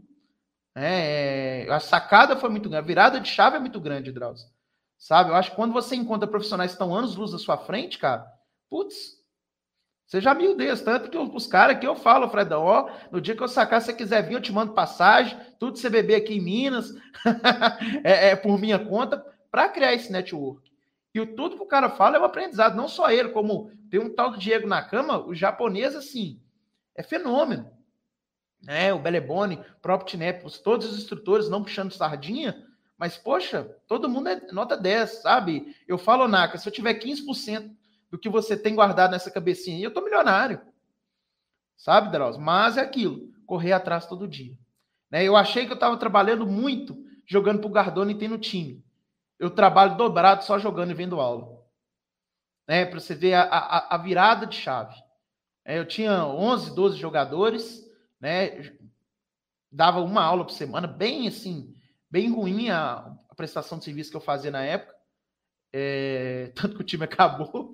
É, a sacada foi muito grande. A virada de chave é muito grande, Drauzio. Sabe? Eu acho que quando você encontra profissionais que estão anos-luz à sua frente, cara, putz, você já me deu, tanto que os caras que eu falo, Fredão, ó, no dia que eu sacar, se você quiser vir, eu te mando passagem, tudo você beber aqui em Minas, é, é por minha conta, para criar esse network. E o tudo que o cara fala é um aprendizado, não só ele, como tem um tal do Diego Nakama, o japonês, assim, é fenômeno. É, o Beleboni, o próprio Tinep, todos os instrutores não puxando sardinha, mas, poxa, todo mundo é nota dez, sabe? Eu falo, Naka, se eu tiver quinze por cento do que você tem guardado nessa cabecinha aí, eu tô milionário. Sabe, Drauzio? Mas é aquilo, correr atrás todo dia. Né? Eu achei que eu estava trabalhando muito jogando pro Gardone e tendo time. Eu trabalho dobrado só jogando e vendo aula. Né? Para você ver a, a, a virada de chave. É, eu tinha onze, doze jogadores, né? Dava uma aula por semana, bem assim, bem ruim a, a prestação de serviço que eu fazia na época. É, tanto que o time acabou.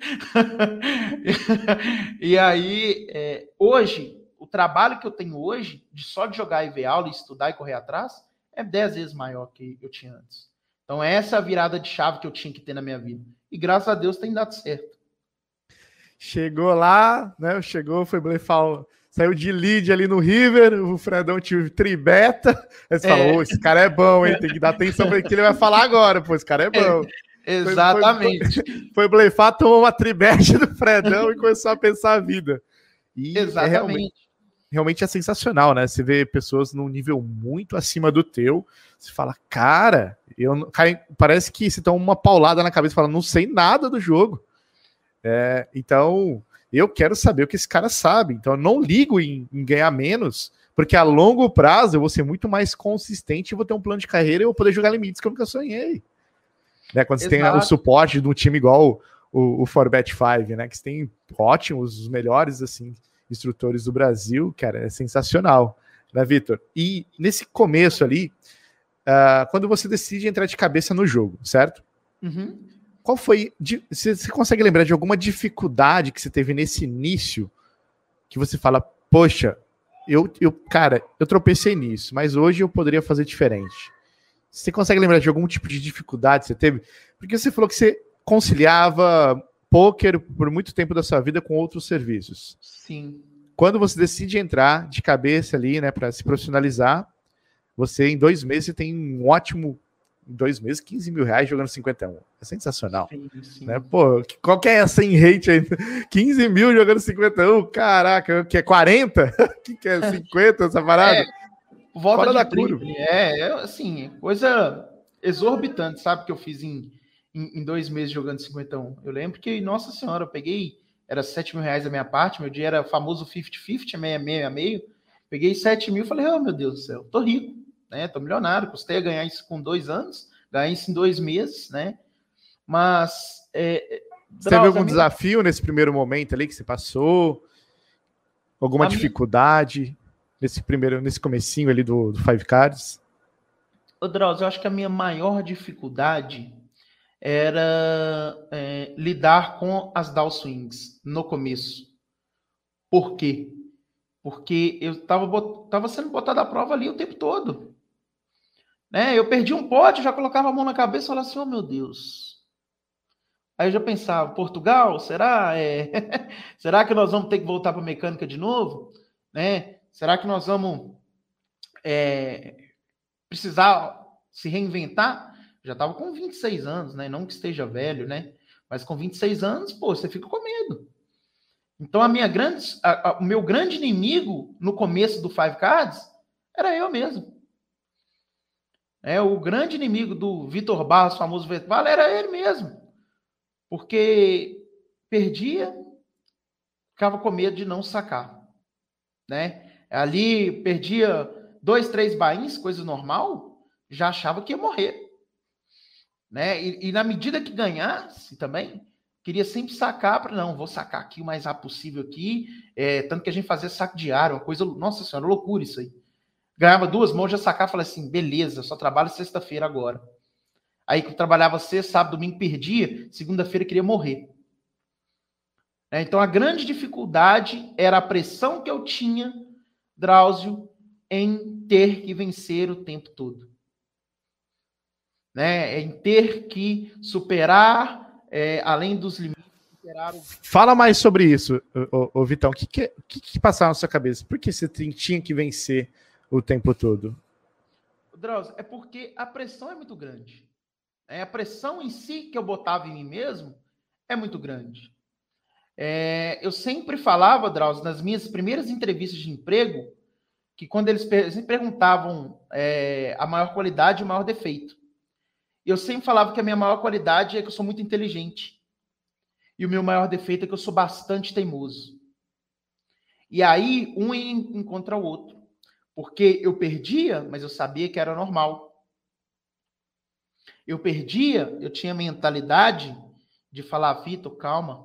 E aí, é, hoje, o trabalho que eu tenho hoje, de só de jogar e ver aula, e estudar e correr atrás, é dez vezes maior que eu tinha antes. Então, essa é a virada de chave que eu tinha que ter na minha vida. E graças a Deus tem dado certo. Chegou lá, né? Chegou, foi blefar, saiu de lead ali no River, o Fredão tive tribeta. Aí você é. falou, esse cara é bom, hein? Tem que dar atenção para o que ele vai falar agora, pô, esse cara é bom. É. Exatamente. Foi, foi, foi blefar, tomou uma tribete do Fredão e começou a pensar a vida. E exatamente. É realmente, realmente é sensacional, né? Você vê pessoas num nível muito acima do teu, você fala, cara, eu, parece que você toma uma paulada na cabeça e fala, não sei nada do jogo. É, então, eu quero saber o que esse cara sabe. Então, eu não ligo em, em ganhar menos, Porque a longo prazo eu vou ser muito mais consistente e vou ter um plano de carreira e eu vou poder jogar limites que eu nunca sonhei. Né? Quando você Exato. Tem o suporte de um time igual o, o four bet five, né? Que você tem ótimos, os melhores assim, instrutores do Brasil, cara, é sensacional, né, Vitor? E nesse começo ali, uh, quando você decide entrar de cabeça no jogo, certo? Uhum. Qual foi, você, você consegue lembrar de alguma dificuldade que você teve nesse início, que você fala, poxa, eu, eu, cara, eu tropecei nisso, mas hoje eu poderia fazer diferente. Você consegue lembrar de algum tipo de dificuldade que você teve? Porque você falou que você conciliava poker por muito tempo da sua vida com outros serviços. Sim. Quando você decide entrar de cabeça ali, né, para se profissionalizar, você em dois meses tem um ótimo, em dois meses, quinze mil reais jogando cinquenta e um. É sensacional. Sim, sim. Né? Pô, qual que é essa em rate aí? quinze mil jogando cinquenta e um? Caraca, que é quarenta? que que é cinquenta essa parada? É, volta Fora de da triple. curva. É, é, assim, coisa exorbitante, sabe, que eu fiz em, em, em dois meses jogando cinquenta e um. Eu lembro que, nossa senhora, eu peguei, era sete mil reais a minha parte, meu dia era famoso cinquenta cinquenta, meio a meio a meio. Peguei sete mil e falei, oh meu Deus do céu, tô rico, né? Tô milionário, custei a ganhar isso com dois anos, ganhei isso em dois meses, né? Mas... É, você teve algum minha... desafio nesse primeiro momento ali que você passou? Alguma a dificuldade minha... nesse primeiro, nesse comecinho ali do, do Five Cards? Ô, Drauzio, eu acho que a minha maior dificuldade era é, lidar com as downswings no começo. Por quê? Porque eu estava bot... tava sendo botado à prova ali o tempo todo. Né? Eu perdi um pote, já colocava a mão na cabeça e falava assim, oh meu Deus. Aí eu já pensava, Portugal, será? É... será que nós vamos ter que voltar para a mecânica de novo? Né? Será que nós vamos é... precisar se reinventar? Já estava com vinte e seis anos, né? Não que esteja velho, né? Mas com vinte e seis anos, pô, você fica com medo. Então, a minha grande, a, a, o meu grande inimigo no começo do Five Cards era eu mesmo. É, o grande inimigo do Vitor Barros, famoso Vetval, era ele mesmo. Porque perdia, ficava com medo de não sacar. Né? Ali, perdia dois, três bains, coisa normal, já achava que ia morrer. Né? E, e na medida que ganhasse também, queria sempre sacar para não, vou sacar aqui o mais rápido possível aqui, é, tanto que a gente fazia saco diário, uma coisa, nossa senhora, loucura isso aí. Ganhava duas mãos, já sacava, falei assim, beleza, só trabalho sexta-feira agora. Aí que eu trabalhava sexta, sábado, domingo, perdia, segunda-feira queria morrer. É, então a grande dificuldade era a pressão que eu tinha, Drauzio, em ter que vencer o tempo todo. Né, em ter que superar, é, além dos limites. Superar o... Fala mais sobre isso, ô, ô, Vitão. O que, que, que, que passava na sua cabeça? Por que você tinha que vencer o tempo todo? Drauzio, é porque a pressão é muito grande. É, a pressão em si que eu botava em mim mesmo é muito grande. É, eu sempre falava, Drauzio, nas minhas primeiras entrevistas de emprego, que quando eles per- perguntavam é, a maior qualidade e o maior defeito, eu sempre falava que a minha maior qualidade é que eu sou muito inteligente. E o meu maior defeito é que eu sou bastante teimoso. E aí, um encontra o outro. Porque eu perdia, mas eu sabia que era normal. Eu perdia, eu tinha a mentalidade de falar, Vitor, calma.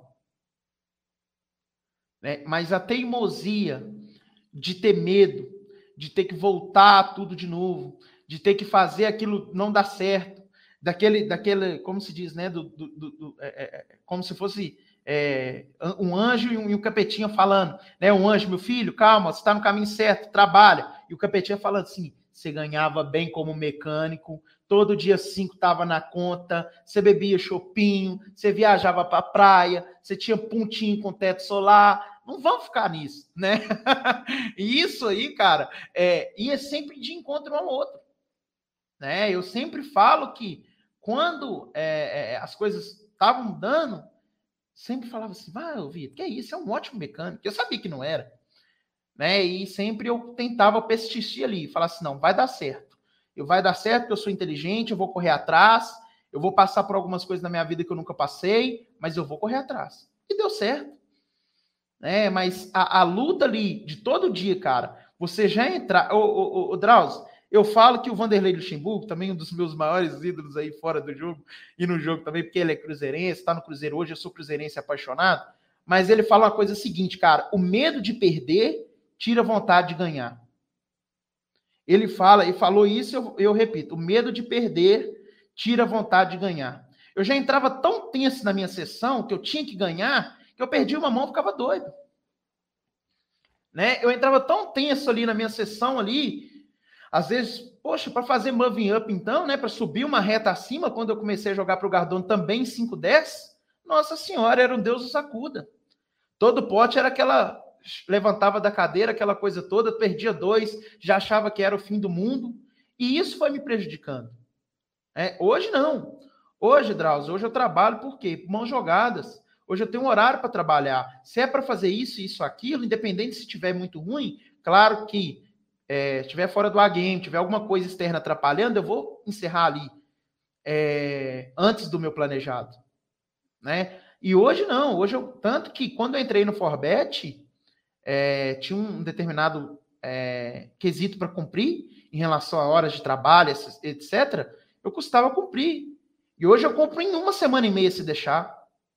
Né? Mas a teimosia de ter medo, de ter que voltar tudo de novo, de ter que fazer aquilo não dar certo, daquele, daquele, como se diz, né, do, do, do, é, é, como se fosse é, um anjo e um, e um capetinha falando, né, um anjo, meu filho, calma, você está no caminho certo, trabalha, e o capetinha falando assim, você ganhava bem como mecânico, todo dia cinco estava na conta, você bebia chopinho, você viajava para a praia, você tinha pontinho com teto solar, não vamos ficar nisso, né? E isso aí, cara, é, ia sempre de encontro um ao outro. Né? Eu sempre falo que quando é, é, as coisas estavam dando, sempre falava assim, vai, Vitor, que é isso? É um ótimo mecânico. Eu sabia que não era. Né? E sempre eu tentava persistir ali, falar assim, não, vai dar certo. Eu vai dar certo porque eu sou inteligente, eu vou correr atrás, eu vou passar por algumas coisas na minha vida que eu nunca passei, mas eu vou correr atrás. E deu certo. Né? Mas a, a luta ali de todo dia, cara, você já entrar... Ô, ô, ô, Drauzio, eu falo que o Vanderlei Luxemburgo, também um dos meus maiores ídolos aí fora do jogo, e no jogo também, porque ele é cruzeirense, tá no Cruzeiro hoje, eu sou cruzeirense apaixonado, mas ele fala uma coisa seguinte, cara, o medo de perder tira a vontade de ganhar. Ele fala, e falou isso, eu, eu repito, o medo de perder tira a vontade de ganhar. Eu já entrava tão tenso na minha sessão, que eu tinha que ganhar, que eu perdi uma mão e ficava doido. Né? Eu entrava tão tenso ali na minha sessão ali, às vezes, poxa, para fazer moving up então, né, para subir uma reta acima, quando eu comecei a jogar para o Gardone também em cinco dez, nossa senhora, era um Deus do sacuda. Todo pote era aquela, levantava da cadeira, aquela coisa toda, perdia dois, já achava que era o fim do mundo, e isso foi me prejudicando. É, hoje não. Hoje, Drauzio, hoje eu trabalho por quê? Por mãos jogadas. Hoje eu tenho um horário para trabalhar. Se é para fazer isso, isso, aquilo, independente se estiver muito ruim, claro que é, se estiver fora do A-game, tiver alguma coisa externa atrapalhando, eu vou encerrar ali é, antes do meu planejado. Né? E hoje não. Hoje eu, tanto que quando eu entrei no Forbet, é, tinha um determinado é, quesito para cumprir em relação a horas de trabalho, etcétera. Eu custava cumprir. E hoje eu compro em uma semana e meia se deixar.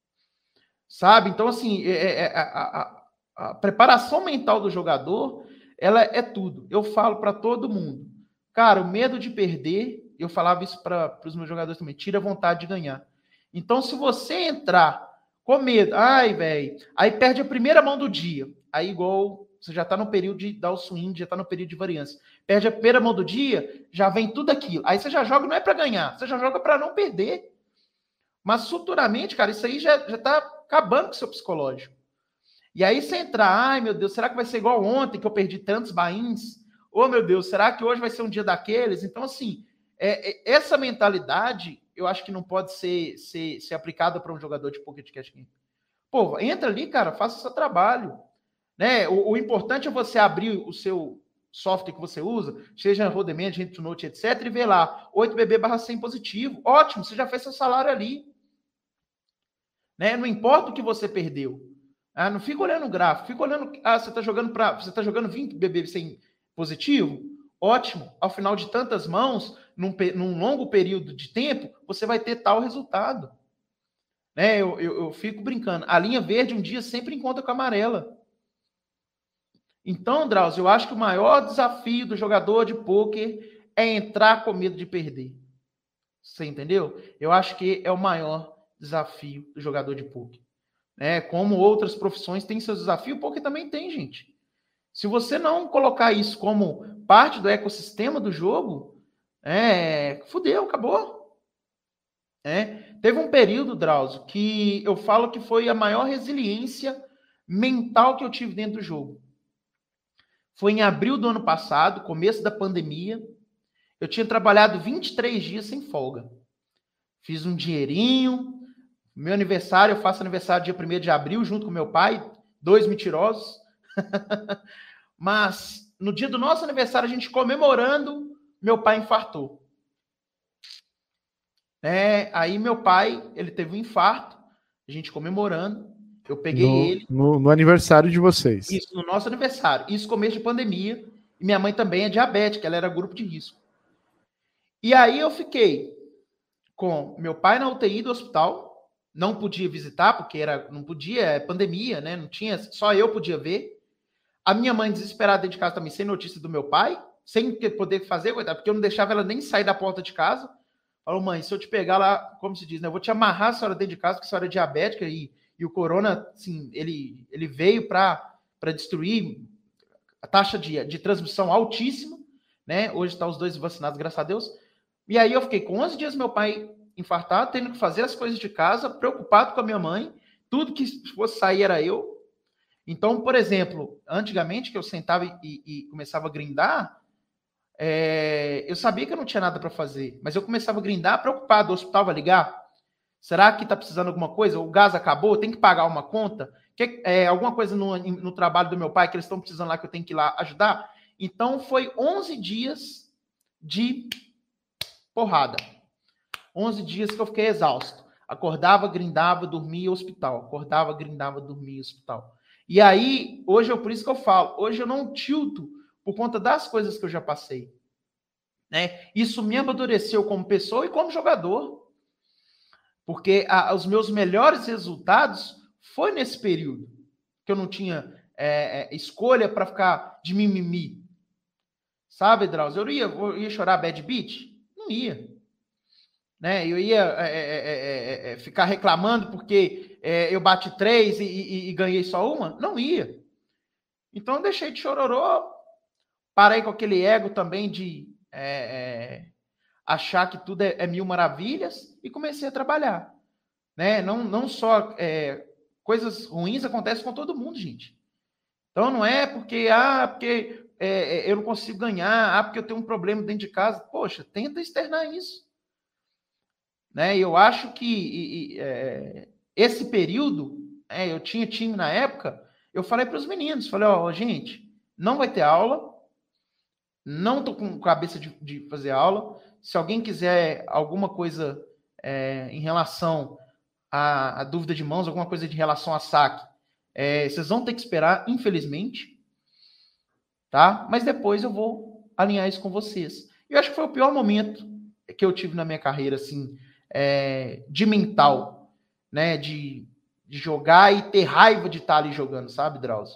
Sabe? Então, assim, é, é, a, a, a preparação mental do jogador, ela é tudo. Eu falo para todo mundo. Cara, o medo de perder, eu falava isso para os meus jogadores também, tira a vontade de ganhar. Então, se você entrar com medo, ai, velho, aí perde a primeira mão do dia. Aí, igual, você já está no período de dar o swing, já está no período de variância. Perde a primeira mão do dia, já vem tudo aquilo. Aí você já joga, não é para ganhar, você já joga para não perder. Mas futuramente, cara, isso aí já está acabando com o seu psicológico. E aí você entrar, ai meu Deus, será que vai ser igual ontem que eu perdi tantos buy-ins? Ô meu Deus, será que hoje vai ser um dia daqueles? Então, assim, é, é, essa mentalidade, eu acho que não pode ser, ser, ser aplicada para um jogador de Pocket Cash Game. Pô, entra ali, cara, faça o seu trabalho. Né? O, o importante é você abrir o seu software que você usa, seja Rodement, Note, etcétera, e ver lá, oito B B barra cem positivo. Ótimo, você já fez seu salário ali. Né? Não importa o que você perdeu. Ah, não fica olhando o gráfico, fica olhando. Ah, você está jogando para. Você está jogando vinte B B sem positivo? Ótimo. Ao final de tantas mãos, num, num longo período de tempo, você vai ter tal resultado. Né? Eu, eu, eu fico brincando. A linha verde um dia sempre encontra com a amarela. Então, Drauzio, eu acho que o maior desafio do jogador de pôquer é entrar com medo de perder. Você entendeu? Eu acho que é o maior desafio do jogador de pôquer. Né? Como outras profissões têm seus desafios, o pôquer também tem, gente. Se você não colocar isso como parte do ecossistema do jogo, é, fudeu, acabou. É. Teve um período, Drauzio, que eu falo que foi a maior resiliência mental que eu tive dentro do jogo. Foi em abril do ano passado, começo da pandemia. Eu tinha trabalhado vinte e três dias sem folga. Fiz um dinheirinho. Meu aniversário, eu faço aniversário dia primeiro de abril, junto com meu pai. Dois mentirosos. Mas, no dia do nosso aniversário, a gente comemorando, meu pai infartou. É, aí meu pai, ele teve um infarto. A gente comemorando. Eu peguei no, ele... No, no aniversário de vocês. Isso, no nosso aniversário. Isso começo de pandemia. E minha mãe também é diabética, ela era grupo de risco. E aí eu fiquei com meu pai na U T I do hospital. Não podia visitar, porque era, não podia, é pandemia, né? Não tinha, só eu podia ver. A minha mãe desesperada dentro de casa também, sem notícia do meu pai, sem poder fazer, coitado, porque eu não deixava ela nem sair da porta de casa. Falou, mãe, se eu te pegar lá, como se diz, né? Eu vou te amarrar a senhora dentro de casa, porque a senhora é diabética e E o corona, assim, ele, ele veio para destruir a taxa de, de transmissão altíssima, né? Hoje estão os dois vacinados, graças a Deus. E aí eu fiquei com onze dias meu pai infartado, tendo que fazer as coisas de casa, preocupado com a minha mãe. Tudo que fosse sair era eu. Então, por exemplo, antigamente que eu sentava e, e começava a grindar, é, eu sabia que eu não tinha nada para fazer, mas eu começava a grindar preocupado, o hospital vai ligar? Será que está precisando de alguma coisa? O gás acabou? Tem que pagar uma conta? Que, é, alguma coisa no, no trabalho do meu pai que eles estão precisando lá que eu tenho que ir lá ajudar? Então, foi onze dias de porrada. onze dias que eu fiquei exausto. Acordava, grindava, dormia hospital. Acordava, grindava, dormia hospital. E aí, hoje, é por isso que eu falo, hoje eu não tilto por conta das coisas que eu já passei. Né? Isso me amadureceu como pessoa e como jogador. Porque a, os meus melhores resultados foi nesse período que eu não tinha é, é, escolha para ficar de mimimi. Sabe, Drauzio? Eu ia, eu ia chorar bad beat? Não ia. Né? Eu ia é, é, é, ficar reclamando porque é, eu bati três e, e, e ganhei só uma? Não ia. Então eu deixei de chororô, parei com aquele ego também de é, é, achar que tudo é, é mil maravilhas e comecei a trabalhar. Né? Não, não só é, coisas ruins acontecem com todo mundo, gente. Então não é porque, ah, porque é, eu não consigo ganhar, ah, porque eu tenho um problema dentro de casa. Poxa, tenta externar isso. Né? Eu acho que e, e, é, esse período, é, eu tinha time na época, eu falei para os meninos, falei, ó, oh, gente, não vai ter aula, não tô com cabeça de, de fazer aula, se alguém quiser alguma coisa é, em relação à, à dúvida de mãos, alguma coisa de relação a saque, é, vocês vão ter que esperar, infelizmente, tá? Mas depois eu vou alinhar isso com vocês. Eu acho que foi o pior momento que eu tive na minha carreira, assim, é, de mental, né, de, de jogar e ter raiva de estar ali jogando, sabe, Drauzio?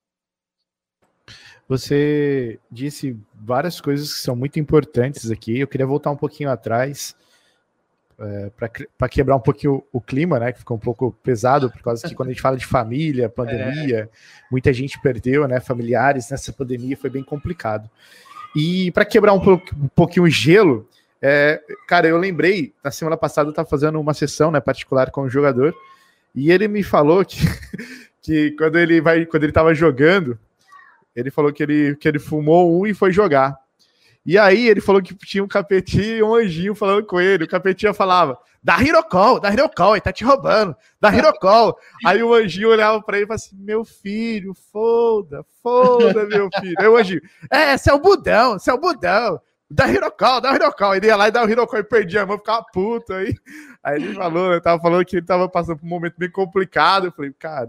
Você disse várias coisas que são muito importantes aqui. Eu queria voltar um pouquinho atrás é, para quebrar um pouquinho o, o clima, né, que ficou um pouco pesado, por causa que quando a gente fala de família, pandemia, é. muita gente perdeu, né, familiares nessa pandemia, foi bem complicado. E para quebrar um, po um pouquinho o gelo, é, cara, eu lembrei, na semana passada eu estava fazendo uma sessão, né, particular com um jogador, e ele me falou que, que quando ele vai, quando ele estava jogando, ele falou que ele, que ele fumou um e foi jogar. E aí ele falou que tinha um capetinho e um anjinho falando com ele. O capetinho falava, dá Hirocall, dá Hirocall, ele tá te roubando, dá Hirocall. Aí o anjinho olhava pra ele e falava assim, meu filho, foda, foda, meu filho. Aí o anjinho, é, você é o budão, você é o budão. Dá Hirocall, dá Hirocall. Ele ia lá e dava o Hirocall e perdia a mão, ficava puto aí. Aí ele falou, eu tava falando que ele tava passando por um momento bem complicado. Eu falei, cara,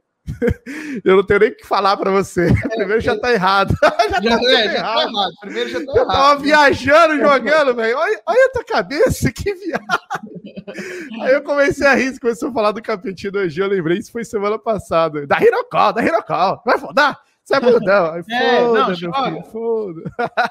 eu não tenho nem o que falar pra você. Primeiro já tá errado. já, já, tá é, já errado. tá errado. Primeiro já tá eu errado. Eu tava viajando, jogando, velho. Olha, olha a tua cabeça, que viagem. Aí eu comecei a rir, começou a falar do capetinho do Anjinho. Eu lembrei, isso foi semana passada. Da Hirocall, da Hirocall. Vai fodar? Você é budão. Aí, é, foda, não, meu joga. filho, foda.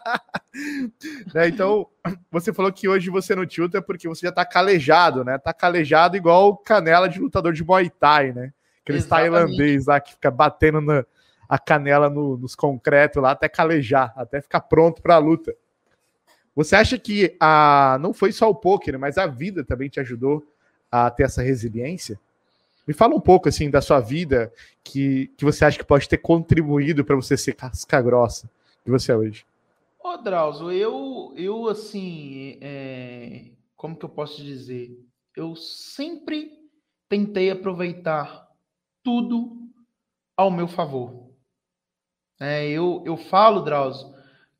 né, então, você falou que hoje você não tilta porque você já tá calejado, né? Tá calejado igual canela de lutador de Muay Thai, né? Aqueles tailandês lá que fica batendo na, a canela no, nos concretos lá até calejar, até ficar pronto para a luta. Você acha que a, não foi só o poker, mas a vida também te ajudou a ter essa resiliência? Me fala um pouco assim da sua vida que, que você acha que pode ter contribuído para você ser casca grossa que você é hoje. Ô, Drauzio, eu, eu assim, é, como que eu posso dizer? Eu sempre tentei aproveitar tudo ao meu favor. É, eu, eu falo, Drauzio,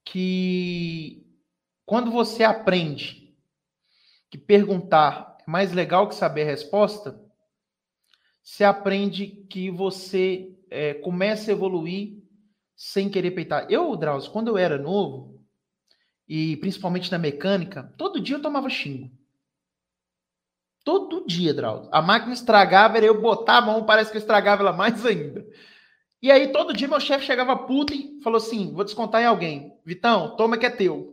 que quando você aprende que perguntar é mais legal que saber a resposta, você aprende que você é, começa a evoluir sem querer peitar. Eu, Drauzio, quando eu era novo, e principalmente na mecânica, todo dia eu tomava xingo. Todo dia, Drauzio. A máquina estragava, era eu botar a mão, parece que eu estragava ela mais ainda. E aí, todo dia, meu chefe chegava puto e falou assim, vou descontar em alguém. Vitão, toma que é teu.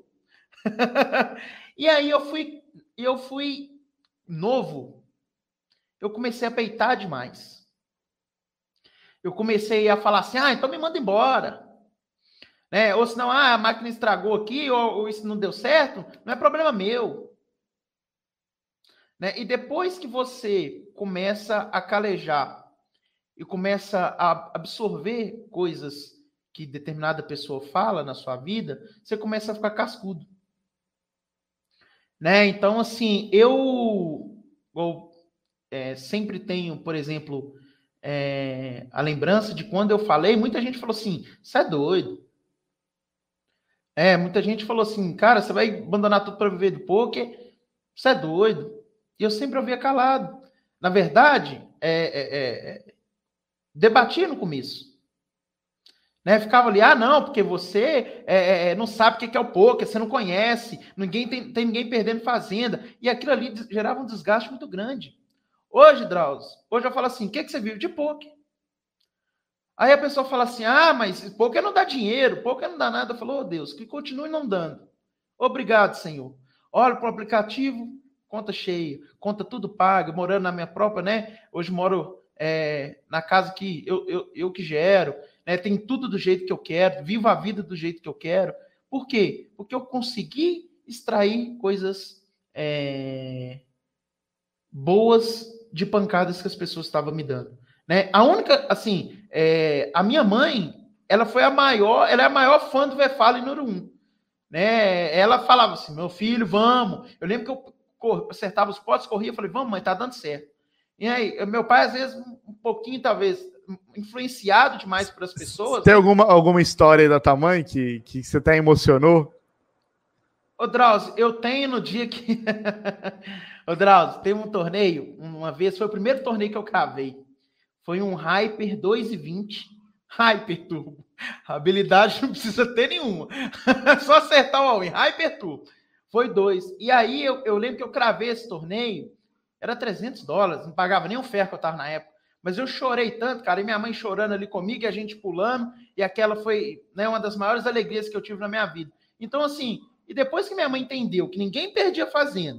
E aí, eu fui, eu fui novo. Eu comecei a peitar demais. Eu comecei a falar assim, ah, então me manda embora. Né? Ou senão, ah, a máquina estragou aqui, ou, ou isso não deu certo, não é problema meu. Né? E depois que você começa a calejar e começa a absorver coisas que determinada pessoa fala na sua vida, você começa a ficar cascudo. Né? Então, assim, eu, eu é, sempre tenho, por exemplo, é, a lembrança de quando eu falei, muita gente falou assim, você é doido. É, muita gente falou assim, cara, você vai abandonar tudo para viver do poker? Você é doido. E eu sempre ouvia calado. Na verdade, é, é, é, debatia no começo. Né? Ficava ali, ah, não, porque você é, é, não sabe o que é o poker, você não conhece, ninguém tem, tem ninguém perdendo fazenda. E aquilo ali gerava um desgaste muito grande. Hoje, Drauzio, hoje eu falo assim, o que, que você vive de poker? Aí a pessoa fala assim, ah, mas poker não dá dinheiro, poker não dá nada. Eu falo, oh Deus, que continue não dando. Obrigado, Senhor. Olha para o aplicativo, conta cheia, conta tudo paga, morando na minha própria, né? Hoje moro é, na casa que eu, eu, eu que gero, né? Tem tudo do jeito que eu quero, vivo a vida do jeito que eu quero. Por quê? Porque eu consegui extrair coisas é, boas de pancadas que as pessoas estavam me dando. Né? A única, assim, é, a minha mãe, ela foi a maior, ela é a maior fã do V-Fala em Norum. Né? Ela falava assim, meu filho, vamos. Eu lembro que eu cor, acertava os potes, corria, eu falei, vamos, mãe, tá dando certo. E aí, meu pai, às vezes, um pouquinho, talvez, influenciado demais por as pessoas. Tem alguma, alguma história aí da tua mãe que, que você até emocionou? Ô, Drauzio, eu tenho no dia que... Ô, Drauzio, teve um torneio, uma vez, foi o primeiro torneio que eu cravei. Foi um Hyper dois e vinte, Hyper Turbo. A habilidade não precisa ter nenhuma. Só acertar o all-in, Hyper Turbo. Foi dois. E aí, eu, eu lembro que eu cravei esse torneio, era trezentos dólares, não pagava nem o ferro que eu tava na época. Mas eu chorei tanto, cara, e minha mãe chorando ali comigo, e a gente pulando, e aquela foi, né, uma das maiores alegrias que eu tive na minha vida. Então, assim, e depois que minha mãe entendeu que ninguém perdia fazenda,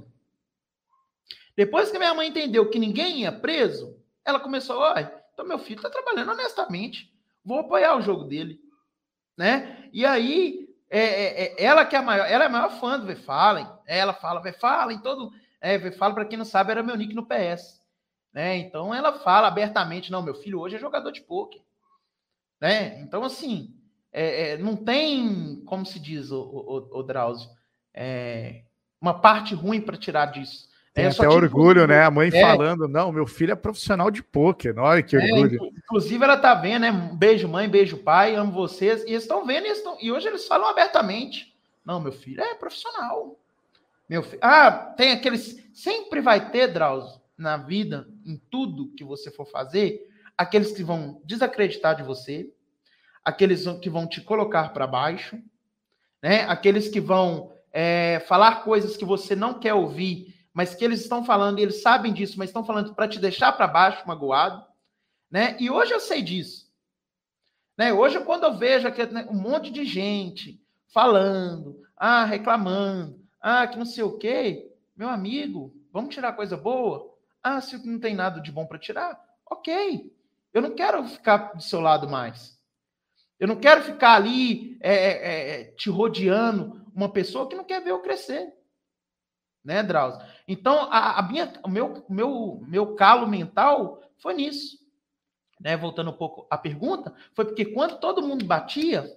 depois que minha mãe entendeu que ninguém ia preso, ela começou, olha, então meu filho está trabalhando honestamente, vou apoiar o jogo dele, né? E aí, é, é, é, ela que é a maior, ela é a maior fã do V-Fallen, ela fala V-Fallen, todo, é, V-Fallen, para quem não sabe, era meu nick no P S, né? Então ela fala abertamente, não, meu filho hoje é jogador de pôquer, né? Então, assim, é, é, não tem, como se diz, o, o, o Drauzio, é, uma parte ruim para tirar disso. Tem é, até orgulho, um... né? A mãe é. falando, não, meu filho é profissional de pôquer. Olha que orgulho. É, inclusive, ela tá vendo, né? Beijo, mãe, beijo, pai, amo vocês. E eles estão vendo, e, eles tão... e hoje eles falam abertamente. Não, meu filho é profissional. Meu filho... Ah, tem aqueles... Sempre vai ter, Drauzio, na vida, em tudo que você for fazer, aqueles que vão desacreditar de você, aqueles que vão te colocar para baixo, né? Aqueles que vão é, falar coisas que você não quer ouvir, mas que eles estão falando, e eles sabem disso, mas estão falando para te deixar para baixo, magoado, né? E hoje eu sei disso. Né? Hoje, quando eu vejo aquele, né, um monte de gente falando, ah, reclamando, ah, que não sei o quê, meu amigo, vamos tirar coisa boa? Ah, se não tem nada de bom para tirar, ok. Eu não quero ficar do seu lado mais. Eu não quero ficar ali é, é, te rodeando uma pessoa que não quer ver eu crescer. Né, Drauzio? Então, a, a minha, o meu, meu, meu calo mental foi nisso. Né? Voltando um pouco à pergunta, foi porque quando todo mundo batia,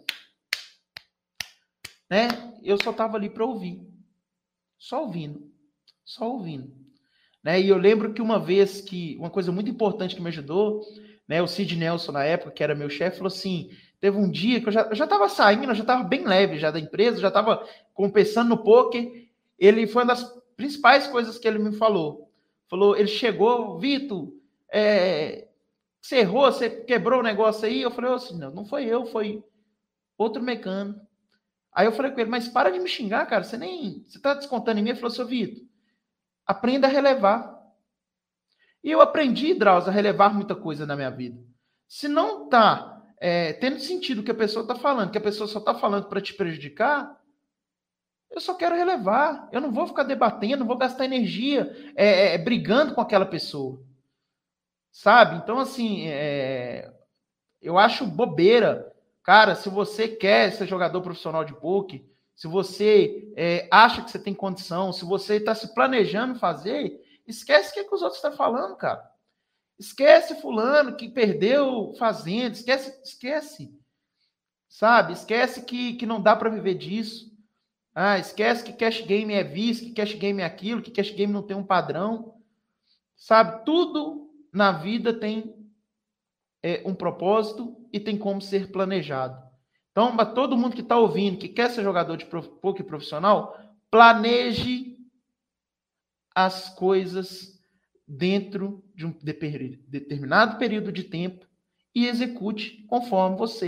né, eu só estava ali para ouvir. Só ouvindo. Só ouvindo. Né? E eu lembro que uma vez que, uma coisa muito importante que me ajudou, né, o Sid Nelson, na época, que era meu chefe, falou assim, teve um dia que eu já estava saindo, eu já estava bem leve já da empresa, já estava compensando no poker. Ele foi uma das principais coisas que ele me falou. Falou, ele chegou, Vitor, é, você errou, você quebrou o negócio aí? Eu falei, assim, não, não foi eu, foi outro mecânico. Aí eu falei com ele, mas para de me xingar, cara, você nem, você tá descontando em mim? Ele falou, seu Vitor, aprenda a relevar. E eu aprendi, Drauzio, a relevar muita coisa na minha vida. Se não tá é, tendo sentido o que a pessoa tá falando, que a pessoa só tá falando para te prejudicar, eu só quero relevar. Eu não vou ficar debatendo, não vou gastar energia é, é, brigando com aquela pessoa. Sabe? Então, assim, é... eu acho bobeira. Cara, se você quer ser jogador profissional de poker, se você é, acha que você tem condição, se você está se planejando fazer, esquece o que, é que os outros estão falando, cara. Esquece fulano que perdeu fazenda, esquece, esquece. Sabe? Esquece que, que não dá para viver disso. Ah, esquece que cash game é vice, que cash game é aquilo, que cash game não tem um padrão. Sabe? Tudo na vida tem é, um propósito e tem como ser planejado. Então, para todo mundo que está ouvindo, que quer ser jogador de poker profissional, planeje as coisas dentro de um determinado período de tempo e execute conforme você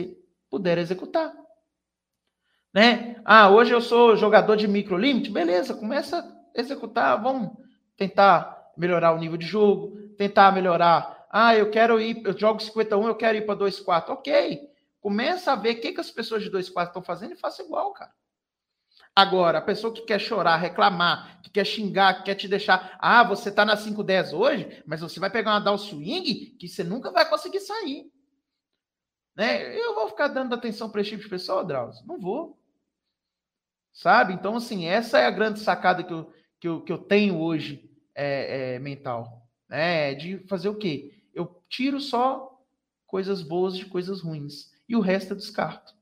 puder executar. Né? Ah, hoje eu sou jogador de microlimit, beleza, começa a executar, vamos tentar melhorar o nível de jogo, tentar melhorar, ah, eu quero ir, eu jogo cinquenta e um, eu quero ir para dois quatro, ok, começa a ver o que, que as pessoas de dois quatro estão fazendo e faça igual, cara. Agora, a pessoa que quer chorar, reclamar, que quer xingar, que quer te deixar, ah, você tá na cinco dez hoje, mas você vai pegar uma down swing que você nunca vai conseguir sair. Né? Eu vou ficar dando atenção para esse tipo de pessoa, Drauzio? Não vou. Sabe? Então, assim, essa é a grande sacada que eu, que eu, que eu tenho hoje é, é, mental. Né? De fazer o quê? Eu tiro só coisas boas de coisas ruins. E o resto eu descarto.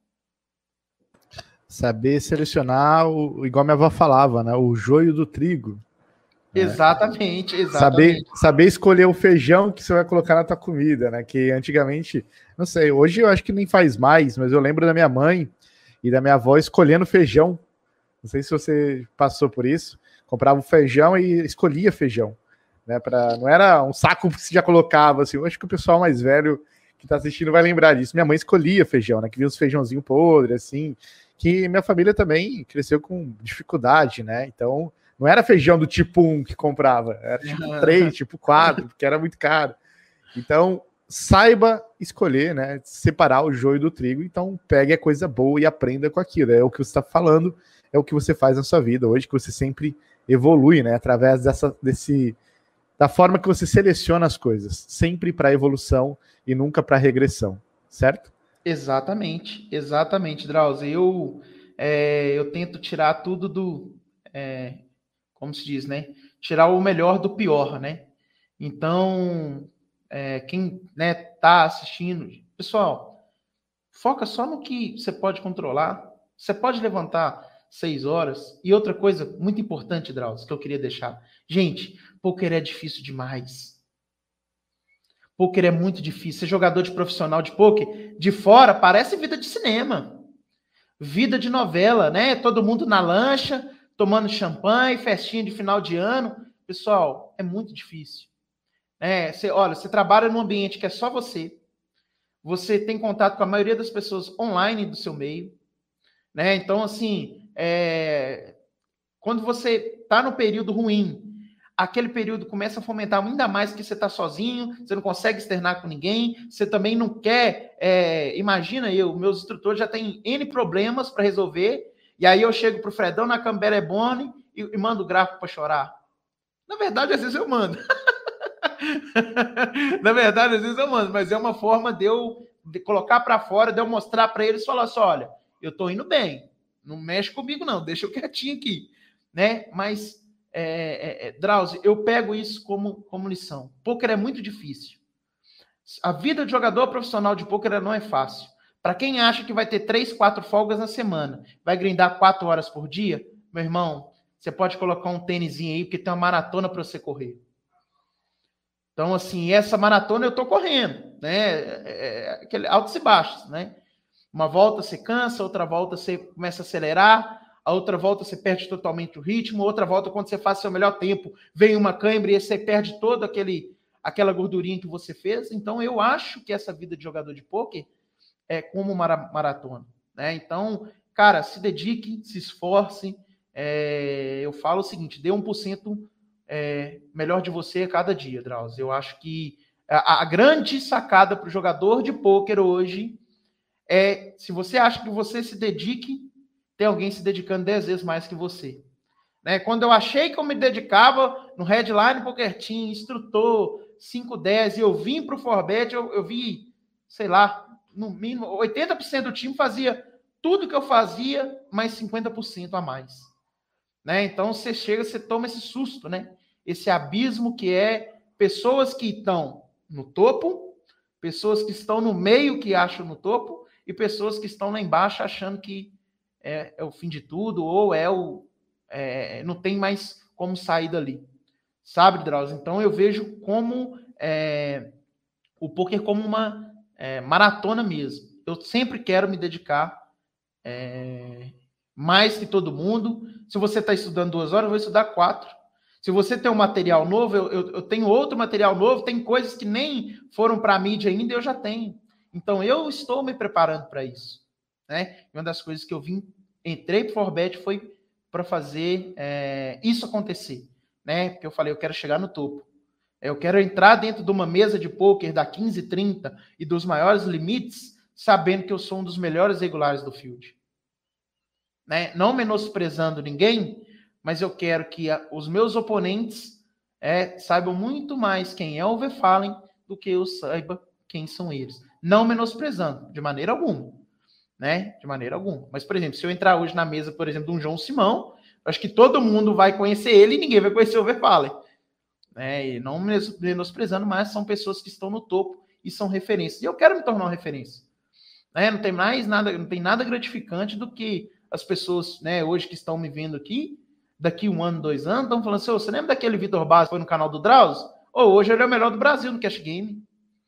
Saber selecionar, o, igual minha avó falava, né? O joio do trigo. Né? Exatamente, exatamente. Saber, saber escolher o feijão que você vai colocar na tua comida, né? Que antigamente, não sei, hoje eu acho que nem faz mais, mas eu lembro da minha mãe e da minha avó escolhendo feijão. Não sei se você passou por isso. Comprava o feijão e escolhia feijão. Né? Pra, não era um saco que você já colocava, assim. Eu acho que o pessoal mais velho que tá assistindo vai lembrar disso. Minha mãe escolhia feijão, né? Que via os feijãozinhos podres, assim. Que minha família também cresceu com dificuldade, né? Então, não era feijão do tipo um que comprava, era tipo três, tipo quatro, porque era muito caro. Então, saiba escolher, né? Separar o joio do trigo. Então, pegue a coisa boa e aprenda com aquilo. É o que você está falando, é o que você faz na sua vida hoje, que você sempre evolui, né? Através dessa, desse, da forma que você seleciona as coisas, sempre para evolução e nunca para regressão, certo? Exatamente, exatamente, Drauzio. Eu, é, eu tento tirar tudo do, é, como se diz, né? Tirar o melhor do pior, né? Então, é, quem né, tá assistindo, pessoal, foca só no que você pode controlar. Você pode levantar seis horas. E outra coisa muito importante, Drauzio, que eu queria deixar. Gente, pôquer é difícil demais. Pôquer é muito difícil. Ser jogador de profissional de pôquer, de fora, parece vida de cinema. Vida de novela, né? Todo mundo na lancha, tomando champanhe, festinha de final de ano. Pessoal, é muito difícil. É, você, olha, você trabalha num ambiente que é só você. Você tem contato com a maioria das pessoas online do seu meio. Né? Então, assim, é... quando você está no período ruim, aquele período começa a fomentar ainda mais que você está sozinho, você não consegue externar com ninguém, você também não quer... É... Imagina eu, meus instrutores já têm N problemas para resolver, e aí eu chego para o Fredão na Camberebone e, e mando o gráfico para chorar. Na verdade, às vezes eu mando. Na verdade, às vezes eu mando, mas é uma forma de eu de colocar para fora, de eu mostrar para eles e falar assim, olha, eu tô indo bem, não mexe comigo não, deixa eu quietinho aqui, né? Mas, é, é, é, Drauzio, eu pego isso como, como lição. Pôquer é muito difícil. A vida de jogador profissional de pôquer não é fácil. Para quem acha que vai ter três, quatro folgas na semana, vai grindar quatro horas por dia, meu irmão, você pode colocar um tênisinho aí, porque tem uma maratona para você correr. Então, assim, essa maratona eu tô correndo, né? É, é, é, altos e baixos, né? Uma volta você cansa, outra volta você começa a acelerar, a outra volta você perde totalmente o ritmo, outra volta, quando você faz seu melhor tempo, vem uma cãibra e você perde toda aquele, aquela gordurinha que você fez. Então, eu acho que essa vida de jogador de pôquer é como uma maratona, né? Então, cara, se dedique, se esforce. É, eu falo o seguinte, dê um por cento é, melhor de você a cada dia, Drauzio. Eu acho que a, a grande sacada para o jogador de pôquer hoje é, se você acha que você se dedique, tem alguém se dedicando dez vezes mais que você. Né? Quando eu achei que eu me dedicava no Headline Poker Team, instrutor, cinco dez, e eu vim para o Forbet, eu, eu vi, sei lá, no mínimo, oitenta por cento do time fazia tudo que eu fazia, mais cinquenta por cento a mais. Né? Então, você chega, você toma esse susto, né? Esse abismo que é pessoas que estão no topo, pessoas que estão no meio que acham no topo, e pessoas que estão lá embaixo achando que é, é o fim de tudo, ou é o é, não tem mais como sair dali. Sabe, Drauzio? Então eu vejo como é, o pôquer como uma é, maratona mesmo. Eu sempre quero me dedicar é, mais que todo mundo. Se você está estudando duas horas, eu vou estudar quatro. Se você tem um material novo, eu, eu, eu tenho outro material novo, tem coisas que nem foram para a mídia ainda, eu já tenho. Então, eu estou me preparando para isso. Né? E uma das coisas que eu vim, entrei para o Forbet foi para fazer é, isso acontecer. Né? Porque eu falei, eu quero chegar no topo. Eu quero entrar dentro de uma mesa de pôquer da quinze, trinta e dos maiores limites, sabendo que eu sou um dos melhores regulares do field. Né? Não menosprezando ninguém, mas eu quero que a, os meus oponentes é, saibam muito mais quem é o Overfallen do que eu saiba quem são eles. Não menosprezando, de maneira alguma. Né? De maneira alguma. Mas, por exemplo, se eu entrar hoje na mesa, por exemplo, de um João Simão, acho que todo mundo vai conhecer ele e ninguém vai conhecer o Overfallen. Né? E não menosprezando, mas são pessoas que estão no topo e são referências. E eu quero me tornar uma referência. Né? Não tem mais nada, não tem nada gratificante do que as pessoas, né, hoje que estão me vendo aqui, daqui um ano, dois anos, estão falando assim, oh, você lembra daquele Vitor Baz que foi no canal do Drauzio? Oh, hoje ele é o melhor do Brasil no Cash Game.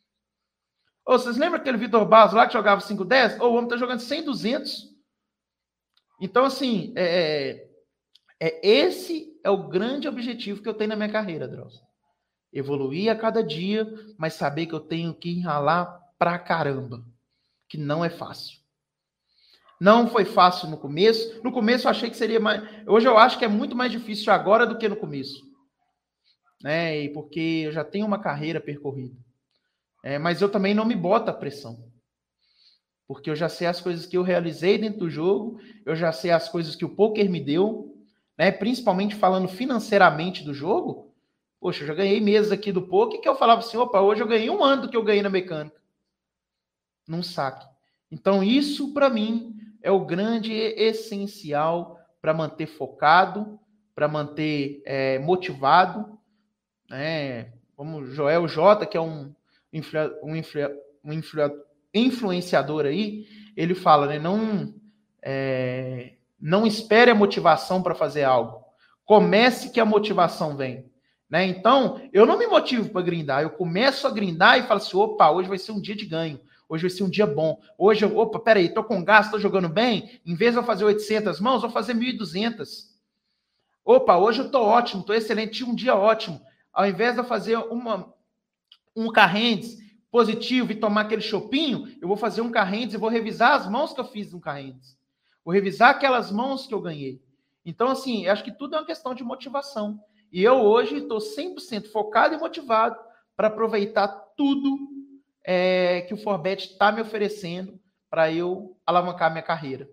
Oh, vocês lembram daquele Vitor Baz lá que jogava cinco dez? Oh, o homem está jogando cem, duzentos. Então, assim, é, é, esse é o grande objetivo que eu tenho na minha carreira, Drauzio. Evoluir a cada dia, mas saber que eu tenho que ralar pra caramba. Que não é fácil. Não foi fácil no começo. No começo eu achei que seria mais... Hoje eu acho que é muito mais difícil agora do que no começo. Né? E porque eu já tenho uma carreira percorrida. É, mas eu também não me boto a pressão. Porque eu já sei as coisas que eu realizei dentro do jogo, eu já sei as coisas que o poker me deu, né? Principalmente falando financeiramente do jogo. Poxa, eu já ganhei meses aqui do poker que eu falava assim, opa, hoje eu ganhei um ano do que eu ganhei na mecânica. Num saque. Então isso, para mim, é o grande essencial para manter focado, para manter é, motivado. Né? Como o Joel J, que é um, influ, um, influ, um influ, influenciador aí, ele fala, né? Não, é, não espere a motivação para fazer algo. Comece que a motivação vem. Né? Então, eu não me motivo para grindar. Eu começo a grindar e falo assim, opa, hoje vai ser um dia de ganho. Hoje vai ser um dia bom. Hoje, eu, opa, peraí, tô com gás, tô jogando bem. Em vez de eu fazer oitocentas mãos, vou fazer mil e duzentas. Opa, hoje eu tô ótimo, tô excelente, tive um dia ótimo. Ao invés de eu fazer uma, um carrendes positivo e tomar aquele chopinho, eu vou fazer um carrendes e vou revisar as mãos que eu fiz no carrendes. Vou revisar aquelas mãos que eu ganhei. Então, assim, eu acho que tudo é uma questão de motivação. E eu hoje estou cem por cento focado e motivado para aproveitar tudo É, que o Forbet está me oferecendo para eu alavancar minha carreira.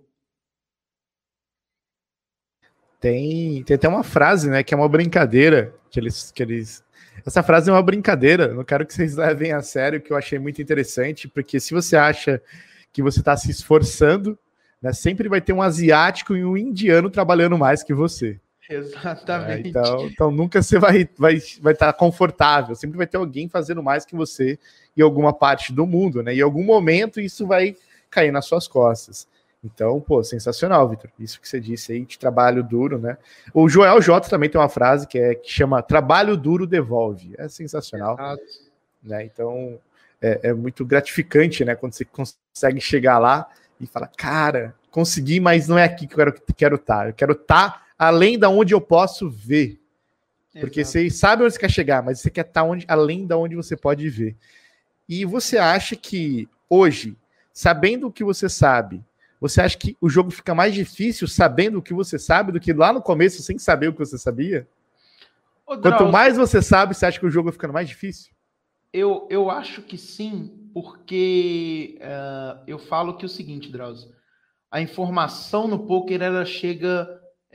Tem, tem até uma frase, né, que é uma brincadeira, que eles, que eles... Essa frase é uma brincadeira, não quero que vocês levem a sério, que eu achei muito interessante, porque se você acha que você está se esforçando, né, sempre vai ter um asiático e um indiano trabalhando mais que você. Exatamente. É, então, então nunca você vai vai vai estar confortável, sempre vai ter alguém fazendo mais que você em alguma parte do mundo, né? E em algum momento isso vai cair nas suas costas. Então, pô, sensacional, Vitor. Isso que você disse aí de trabalho duro, né? O Joel J também tem uma frase que é que chama trabalho duro devolve. É sensacional. Exato. Né? Então, é, é muito gratificante, né, quando você consegue chegar lá e falar, cara, consegui, mas não é aqui que eu quero quero estar. Eu quero estar além da onde eu posso ver. Porque Exato. Você sabe onde você quer chegar, mas você quer estar onde, além da onde você pode ver. E você acha que hoje, sabendo o que você sabe, você acha que o jogo fica mais difícil sabendo o que você sabe do que lá no começo sem saber o que você sabia? Ô, Quanto mais você sabe, você acha que o jogo vai ficando mais difícil? Eu, eu acho que sim, porque uh, eu falo que é o seguinte, Drauzio, a informação no poker ela chega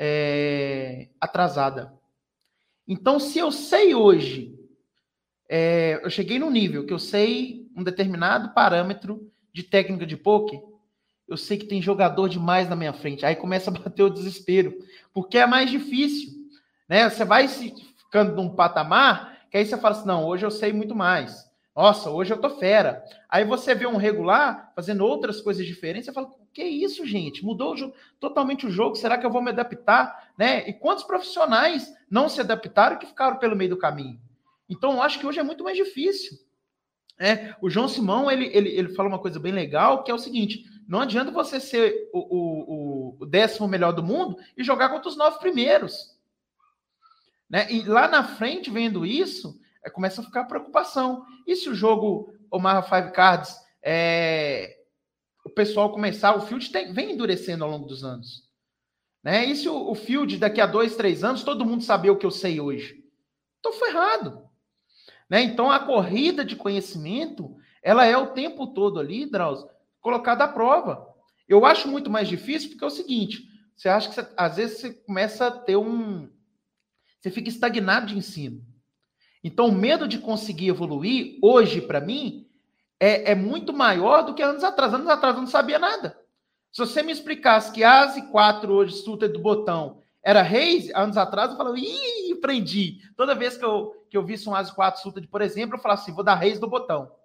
É, atrasada. Então, se eu sei hoje, é, eu cheguei no nível que eu sei um determinado parâmetro de técnica de poker, eu sei que tem jogador demais na minha frente. Aí começa a bater o desespero, porque é mais difícil. Né? Você vai se ficando num patamar, que aí você fala assim, não, hoje eu sei muito mais. Nossa, hoje eu tô fera. Aí você vê um regular fazendo outras coisas diferentes, você fala, que isso, gente? Mudou o jogo, totalmente o jogo, será que eu vou me adaptar? Né? E quantos profissionais não se adaptaram e que ficaram pelo meio do caminho? Então, eu acho que hoje é muito mais difícil. É, o João Simão, ele, ele, ele fala uma coisa bem legal, que é o seguinte, não adianta você ser o, o, o décimo melhor do mundo e jogar contra os nove primeiros. Né? E lá na frente, vendo isso, é, começa a ficar preocupação. E se o jogo Omaha Five Cards é, o pessoal começar, o field tem, vem endurecendo ao longo dos anos. Né? E se o, o field daqui a dois, três anos, todo mundo saber o que eu sei hoje? Estou ferrado. Né? Então, a corrida de conhecimento, ela é o tempo todo ali, Drauzio, colocada à prova. Eu acho muito mais difícil porque é o seguinte, você acha que, você, às vezes, você começa a ter um... Você fica estagnado de ensino. Então, o medo de conseguir evoluir, hoje, para mim, é, é muito maior do que anos atrás. Anos atrás eu não sabia nada. Se você me explicasse que ASE quatro hoje, suta do botão, era raise, anos atrás eu falava, ih, aprendi. Toda vez que eu, que eu visse um ASE quatro suta, por exemplo, eu falava assim, vou dar raise do botão.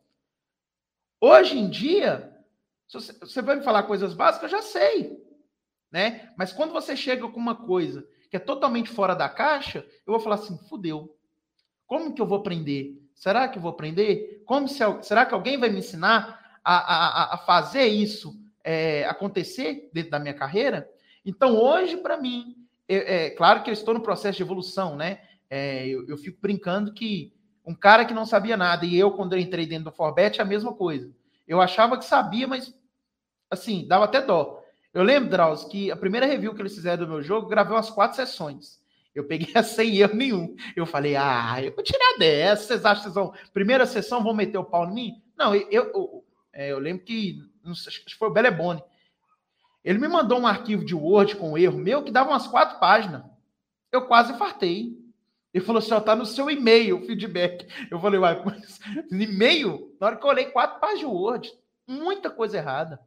Hoje em dia, se você, você vai me falar coisas básicas, eu já sei. Né? Mas quando você chega com uma coisa que é totalmente fora da caixa, eu vou falar assim, fudeu. Como que eu vou aprender? Será que eu vou aprender? Como se, será que alguém vai me ensinar a, a, a fazer isso é, acontecer dentro da minha carreira? Então, hoje, para mim, é, é claro que eu estou no processo de evolução, né? É, eu, eu fico brincando que um cara que não sabia nada, e eu, quando eu entrei dentro do Forbet, é a mesma coisa. Eu achava que sabia, mas, assim, dava até dó. Eu lembro, Drauzio, que a primeira review que eles fizeram do meu jogo, eu gravei umas quatro sessões. Eu peguei a sem erro nenhum. Eu falei, ah, eu vou tirar dessa. Vocês acham que vocês vão... Primeira sessão vão meter o pau em mim? Não, eu, eu, eu lembro que... Não sei, acho que foi o Belebone. Ele me mandou um arquivo de Word com erro meu que dava umas quatro páginas. Eu quase fartei. Ele falou assim, ó, tá no seu e-mail o feedback. Eu falei, uai, mas e-mail? Na hora que eu olhei, quatro páginas de Word. Muita coisa errada.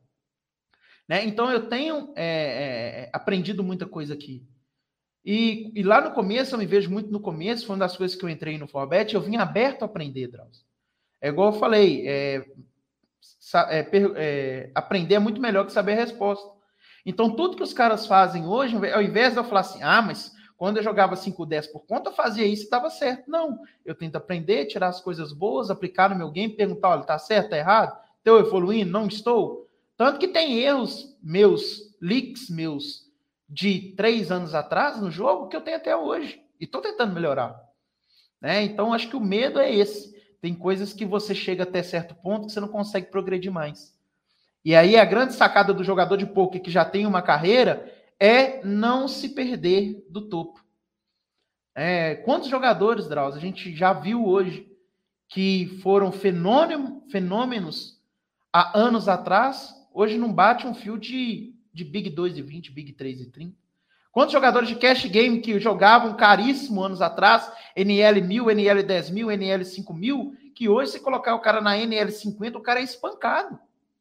Né? Então, eu tenho é, é, aprendido muita coisa aqui. E, e lá no começo, eu me vejo muito no começo, foi uma das coisas que eu entrei no Forbet, eu vim aberto a aprender, Drauzio. É igual eu falei, é, é, é, aprender é muito melhor que saber a resposta. Então, tudo que os caras fazem hoje, ao invés de eu falar assim, ah, mas quando eu jogava cinco dez por conta, eu fazia isso e estava certo. Não, eu tento aprender, tirar as coisas boas, aplicar no meu game, perguntar, olha, tá certo, tá errado? Estou evoluindo? Não estou? Tanto que tem erros meus, leaks meus, de três anos atrás no jogo, que eu tenho até hoje. E estou tentando melhorar. Né? Então, acho que o medo é esse. Tem coisas que você chega até certo ponto que você não consegue progredir mais. E aí, a grande sacada do jogador de poker que já tem uma carreira é não se perder do topo. É, quantos jogadores, Drauzio, a gente já viu hoje que foram fenômeno, fenômenos há anos atrás, hoje não bate um fio de, de Big dois e vinte, Big três e trinta. Quantos jogadores de cash game que jogavam caríssimo anos atrás, N L mil, N L dez mil, N L cinco mil, que hoje, se colocar o cara na N L cinquenta, o cara é espancado.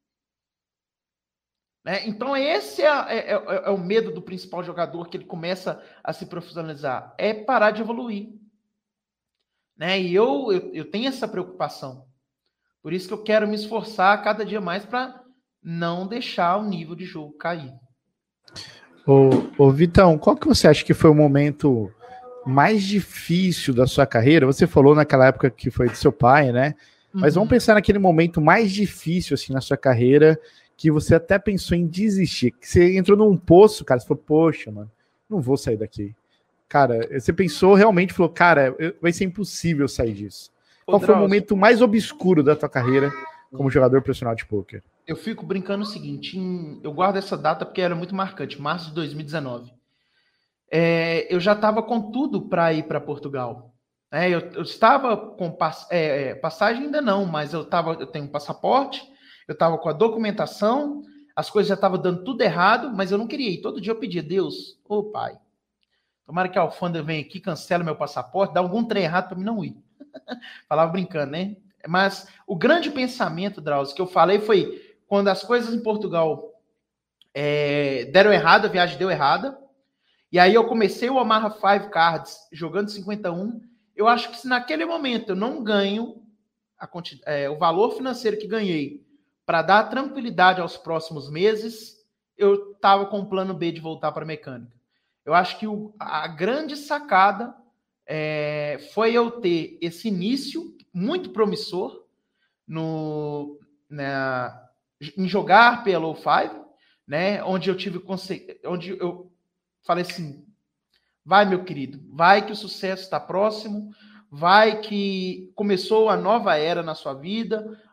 Né? Então, esse é, é, é, é o medo do principal jogador, que ele começa a se profissionalizar, é parar de evoluir. Né? E eu, eu, eu tenho essa preocupação. Por isso que eu quero me esforçar cada dia mais para não deixar o nível de jogo cair. Ô, ô Vitão, qual que você acha que foi o momento mais difícil da sua carreira? Você falou naquela época que foi do seu pai, né? Mas uhum. Vamos pensar naquele momento mais difícil assim na sua carreira, que você até pensou em desistir. Que você entrou num poço, cara, você falou, poxa, mano, não vou sair daqui. Cara, você pensou realmente, falou, cara, vai ser impossível sair disso. Ô, qual foi Drauzio, o momento mais obscuro da tua carreira como jogador profissional de pôquer? Eu fico brincando o seguinte, em, eu guardo essa data porque era muito marcante, março de dois mil e dezenove. É, eu já estava com tudo para ir para Portugal. É, eu, eu estava com pass, é, passagem ainda não, mas eu, tava, eu tenho um passaporte, eu estava com a documentação, as coisas já estavam dando tudo errado, mas eu não queria ir. Todo dia eu pedia, Deus, ô oh, pai, tomara que a alfândega venha aqui, cancele meu passaporte, dá algum trem errado para mim não ir. Falava brincando, né? Mas o grande pensamento, Drauzio, que eu falei foi quando as coisas em Portugal é, deram errado, a viagem deu errada, e aí eu comecei o Omaha Five Cards jogando cinquenta e um, eu acho que se naquele momento eu não ganho a, é, o valor financeiro que ganhei para dar tranquilidade aos próximos meses, eu estava com o plano B de voltar para a mecânica. Eu acho que o, a grande sacada é, foi eu ter esse início muito promissor no, na, em jogar pela O cinco, né, onde eu tive onde eu falei assim, vai meu querido, vai que o sucesso está próximo, vai que começou a nova era na sua vida,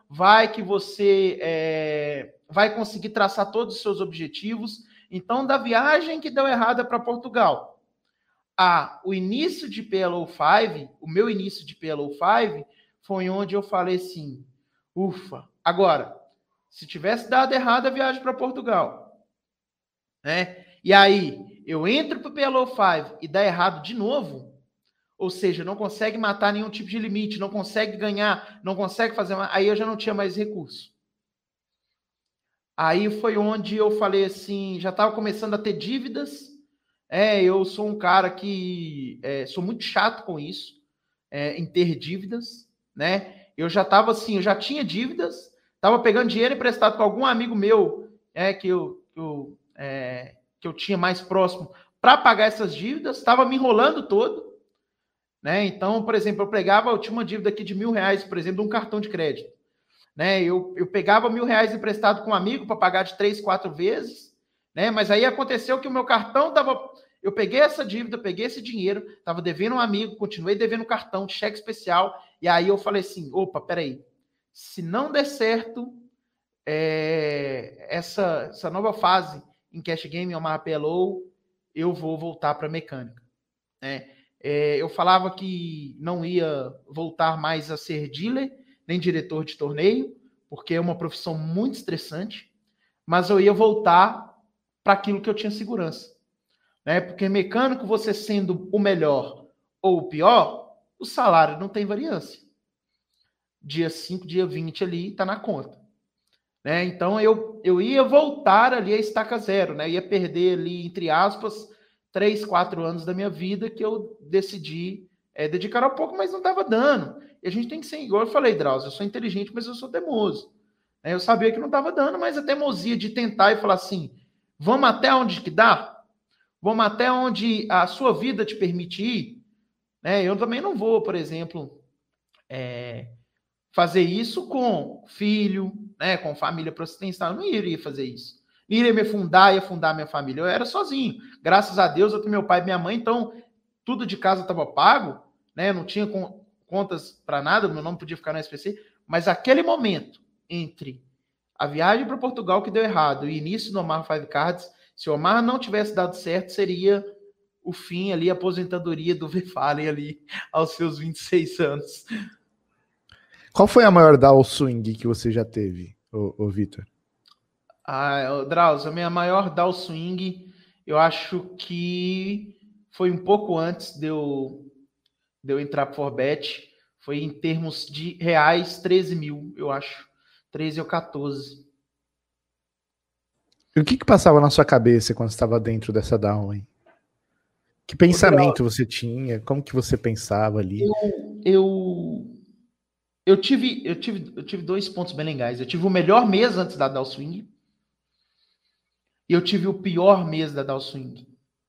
vai que você é, vai conseguir traçar todos os seus objetivos. Então, da viagem que deu errada para Portugal, a o início de P L O cinco, o meu início de P L O cinco, foi onde eu falei assim, ufa, agora, se tivesse dado errado a viagem para Portugal, né? E aí, eu entro para o P L O cinco e dá errado de novo, ou seja, não consegue matar nenhum tipo de limite, não consegue ganhar, não consegue fazer mais, aí eu já não tinha mais recurso. Aí foi onde eu falei assim, já estava começando a ter dívidas. É, eu sou um cara que é, sou muito chato com isso, é, em ter dívidas, né? Eu já estava assim, eu já tinha dívidas, estava pegando dinheiro emprestado com algum amigo meu, é, que eu, que eu, é, que eu tinha mais próximo, para pagar essas dívidas, estava me enrolando todo, né? Então, por exemplo, eu pegava, eu tinha uma dívida aqui de mil reais, por exemplo, de um cartão de crédito. Né, eu, eu pegava mil reais emprestado com um amigo para pagar de três, quatro vezes, né? Mas aí aconteceu que o meu cartão estava... Eu peguei essa dívida, peguei esse dinheiro, estava devendo um amigo, continuei devendo um cartão de cheque especial, e aí eu falei assim, opa, peraí, se não der certo é, essa, essa nova fase em Cash Game, Omaha P L O, eu vou voltar para mecânica. Né? É, eu falava que não ia voltar mais a ser dealer, nem diretor de torneio, porque é uma profissão muito estressante, mas eu ia voltar para aquilo que eu tinha segurança. Né? Porque mecânico, você sendo o melhor ou o pior, o salário não tem variância. Dia cinco, dia vinte ali, está na conta. Né? Então, eu, eu ia voltar ali a estaca zero, né? Ia perder ali, entre aspas, três, quatro anos da minha vida que eu decidi é, dedicar um pouco, mas não estava dando. E a gente tem que ser, igual eu falei, Drauzio, eu sou inteligente, mas eu sou teimoso. Eu sabia que não estava dando, mas a teimosia de tentar e falar assim, vamos até onde que dá? Vamos até onde a sua vida te permite ir? Né? Eu também não vou, por exemplo, é, fazer isso com filho, né, com família para assistencial. Eu não iria fazer isso. Não iria me fundar e fundar minha família. Eu era sozinho. Graças a Deus, eu tenho meu pai e minha mãe, então tudo de casa estava pago, né? Eu não tinha com contas para nada, meu nome podia ficar no S P C, mas aquele momento entre a viagem para Portugal que deu errado e o início do Omaha Five Cards, se o Omaha não tivesse dado certo, seria o fim ali, a aposentadoria do V-Fallen ali aos seus vinte e seis anos. Qual foi a maior downswing que você já teve, ô, ô Vitor? Ah, Drauzio, a minha maior downswing, eu acho que foi um pouco antes de eu de eu entrar para o Forbet, foi em termos de reais, treze mil, eu acho. treze ou quatorze. E o que que passava na sua cabeça quando você estava dentro dessa down, hein? Que pensamento você tinha? Como que você pensava ali? Eu, eu, eu, tive, eu, tive, eu tive dois pontos bem legais. Eu tive o melhor mês antes da downswing e eu tive o pior mês da downswing.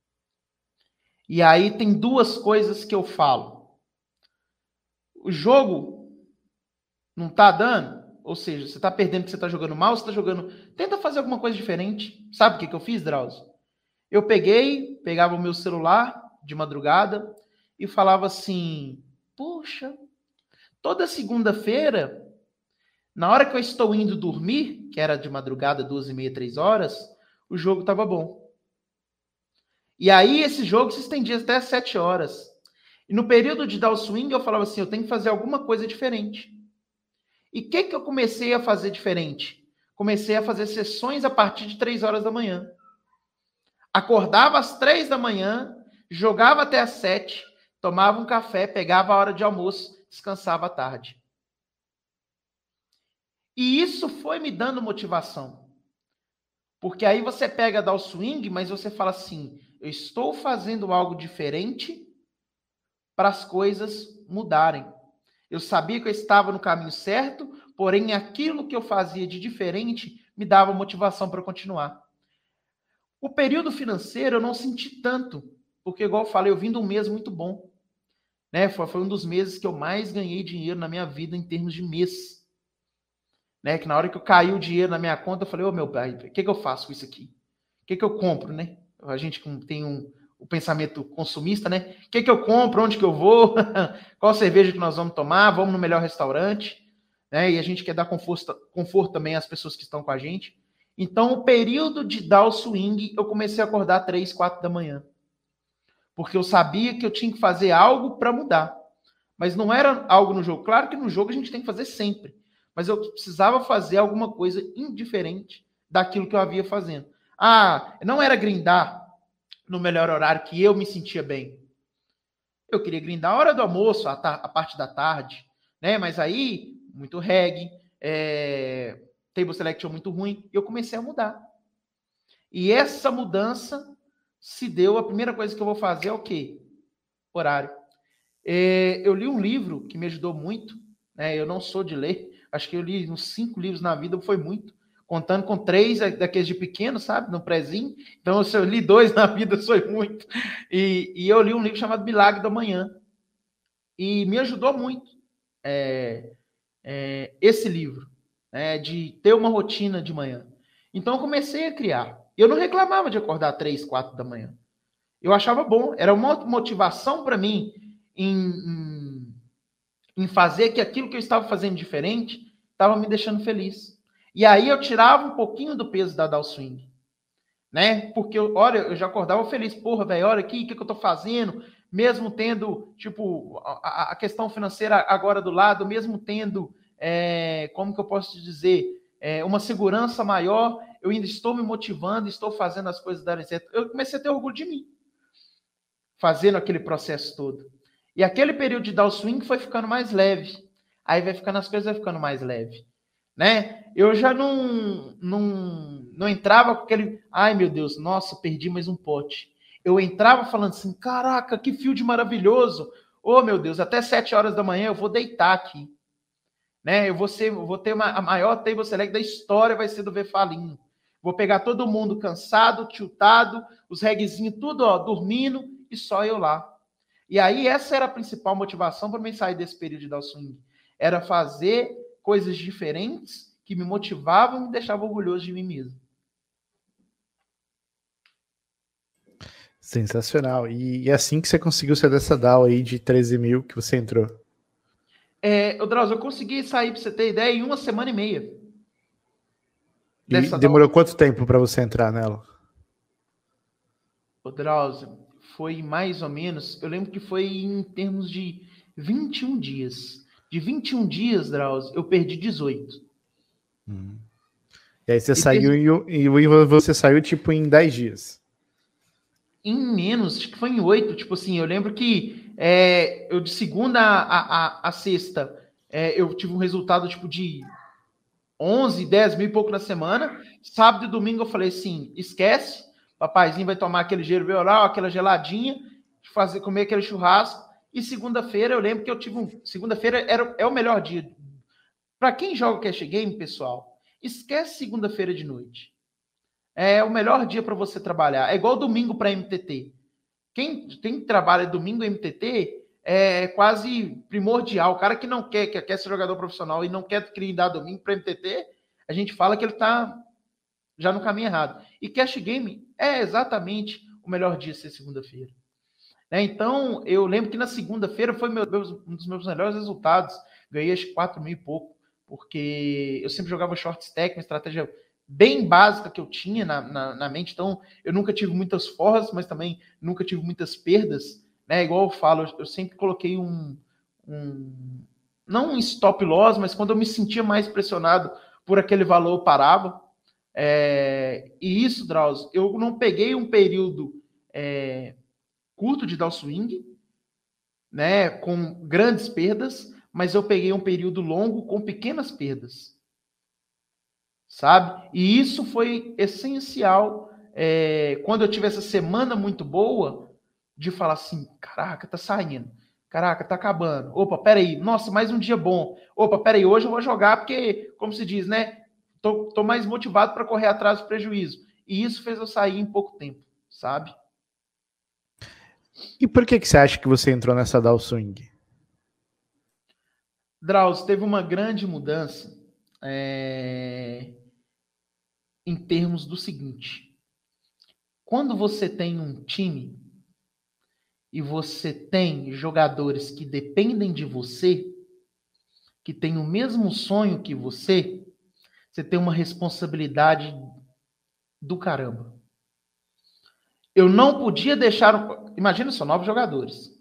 E aí tem duas coisas que eu falo. O jogo não tá dando, ou seja, você tá perdendo porque você tá jogando mal, você tá jogando... Tenta fazer alguma coisa diferente. Sabe o que, que eu fiz, Drauzio? Eu peguei, pegava o meu celular de madrugada e falava assim, puxa, toda segunda-feira, na hora que eu estou indo dormir, que era de madrugada, duas e meia, três horas, o jogo tava bom. E aí esse jogo se estendia até as sete horas. E no período de downswing eu falava assim, eu tenho que fazer alguma coisa diferente. E o que, que eu comecei a fazer diferente? Comecei a fazer sessões a partir de três horas da manhã. Acordava às três da manhã, jogava até às sete, tomava um café, pegava a hora de almoço, descansava à tarde. E isso foi me dando motivação. Porque aí você pega downswing, mas você fala assim, eu estou fazendo algo diferente para as coisas mudarem. Eu sabia que eu estava no caminho certo, porém aquilo que eu fazia de diferente me dava motivação para continuar. O período financeiro eu não senti tanto, porque igual eu falei, eu vim de um mês muito bom. Né? Foi, foi um dos meses que eu mais ganhei dinheiro na minha vida em termos de mês. Né? Que na hora que eu caiu o dinheiro na minha conta, eu falei, ô oh, meu pai, o que, que eu faço com isso aqui? O que, que eu compro, né? A gente tem um, o pensamento consumista, né? O que, que eu compro? Onde que eu vou? Qual cerveja que nós vamos tomar? Vamos no melhor restaurante? né? E a gente quer dar conforto, conforto também às pessoas que estão com a gente. Então, o período de dar o swing, eu comecei a acordar três, quatro da manhã. Porque eu sabia que eu tinha que fazer algo para mudar. Mas não era algo no jogo. Claro que no jogo a gente tem que fazer sempre. Mas eu precisava fazer alguma coisa indiferente daquilo que eu havia fazendo. Ah, não era grindar no melhor horário que eu me sentia bem. Eu queria grindar a hora do almoço, a, a parte da tarde, né? Mas aí, muito reggae, é, table selection muito ruim, e eu comecei a mudar. E essa mudança se deu, a primeira coisa que eu vou fazer é o quê? Horário. É, eu li um livro que me ajudou muito, né? Eu não sou de ler, acho que eu li uns cinco livros na vida, foi muito, contando com três daqueles de pequeno, sabe? No prézinho. Então, se eu li dois na vida, foi muito. E, e eu li um livro chamado Milagre da Manhã. E me ajudou muito é, é, esse livro, né, de ter uma rotina de manhã. Então, eu comecei a criar. Eu não reclamava de acordar três, quatro da manhã. Eu achava bom. Era uma motivação para mim em, em, em fazer que aquilo que eu estava fazendo diferente estava me deixando feliz. E aí eu tirava um pouquinho do peso da Down Swing, né? Porque, olha, eu já acordava feliz. Porra, velho, olha aqui, o que, que eu tô fazendo? Mesmo tendo, tipo, a, a questão financeira agora do lado, mesmo tendo, é, como que eu posso dizer, é, uma segurança maior, eu ainda estou me motivando, estou fazendo as coisas darem certo. Eu comecei a ter orgulho de mim, fazendo aquele processo todo. E aquele período de Down Swing foi ficando mais leve. Aí vai ficando, as coisas vai ficando mais leve. Né? Eu já não, não, não entrava com aquele, ai meu Deus, nossa, perdi mais um pote. Eu entrava falando assim, caraca, que field maravilhoso. Oh meu Deus, até sete horas da manhã eu vou deitar aqui. Né? Eu vou, ser, eu vou ter uma, a maior table select da história, vai ser do Vefalinho. Vou pegar todo mundo cansado, tiltado, os regzinhos tudo ó, dormindo e só eu lá. E aí essa era a principal motivação para mim sair desse período de Down Swing. Era fazer coisas diferentes que me motivavam e me deixavam orgulhoso de mim mesmo. Sensacional. E é assim que você conseguiu sair dessa D A O aí de treze mil que você entrou? É, Drauzio, eu consegui sair, para você ter ideia, em uma semana e meia. E demorou D A O. Quanto tempo para você entrar nela? O Drauzio, foi mais ou menos, eu lembro que foi em termos de vinte e um dias. De vinte e um dias, Drauzio, eu perdi dezoito. Hum. E aí você e saiu teve... e você saiu tipo em dez dias. Em menos, acho que foi em oito. Tipo assim, eu lembro que é, eu de segunda a, a, a sexta é, eu tive um resultado tipo de onze, dez mil e pouco na semana. Sábado e domingo eu falei assim, esquece, papaizinho vai tomar aquele gelo oral, aquela geladinha, fazer, comer aquele churrasco. E segunda-feira eu lembro que eu tive um... Segunda-feira era, é o melhor dia. Para quem joga Cash Game, pessoal, esquece segunda-feira de noite. É o melhor dia para você trabalhar. É igual domingo para M T T. Quem, quem trabalha domingo M T T é quase primordial. O cara que não quer, que quer ser jogador profissional e não quer dar domingo para M T T, a gente fala que ele está já no caminho errado. E Cash Game é exatamente o melhor dia ser segunda-feira. Né? Então, eu lembro que na segunda-feira foi meu, um dos meus melhores resultados. Ganhei acho quatro mil e pouco, porque eu sempre jogava short stack, uma estratégia bem básica que eu tinha na, na, na mente. Então, eu nunca tive muitas forras, mas também nunca tive muitas perdas. Né? Igual eu falo, eu sempre coloquei um, um... não um stop loss, mas quando eu me sentia mais pressionado por aquele valor, eu parava. É, e isso, Drauzio, eu não peguei um período é, curto de down swing, né, com grandes perdas, mas eu peguei um período longo com pequenas perdas, sabe? E isso foi essencial é, quando eu tive essa semana muito boa de falar assim, caraca, tá saindo, caraca, tá acabando, opa, peraí, nossa, mais um dia bom, opa, peraí, hoje eu vou jogar porque, como se diz, né, tô, tô mais motivado para correr atrás do prejuízo. E isso fez eu sair em pouco tempo, sabe? E por que, que você acha que você entrou nessa Down Swing? Drauzio, teve uma grande mudança é, em termos do seguinte. Quando você tem um time e você tem jogadores que dependem de você, que tem o mesmo sonho que você, você tem uma responsabilidade do caramba. Eu não podia deixar... Imagina só, novos jogadores.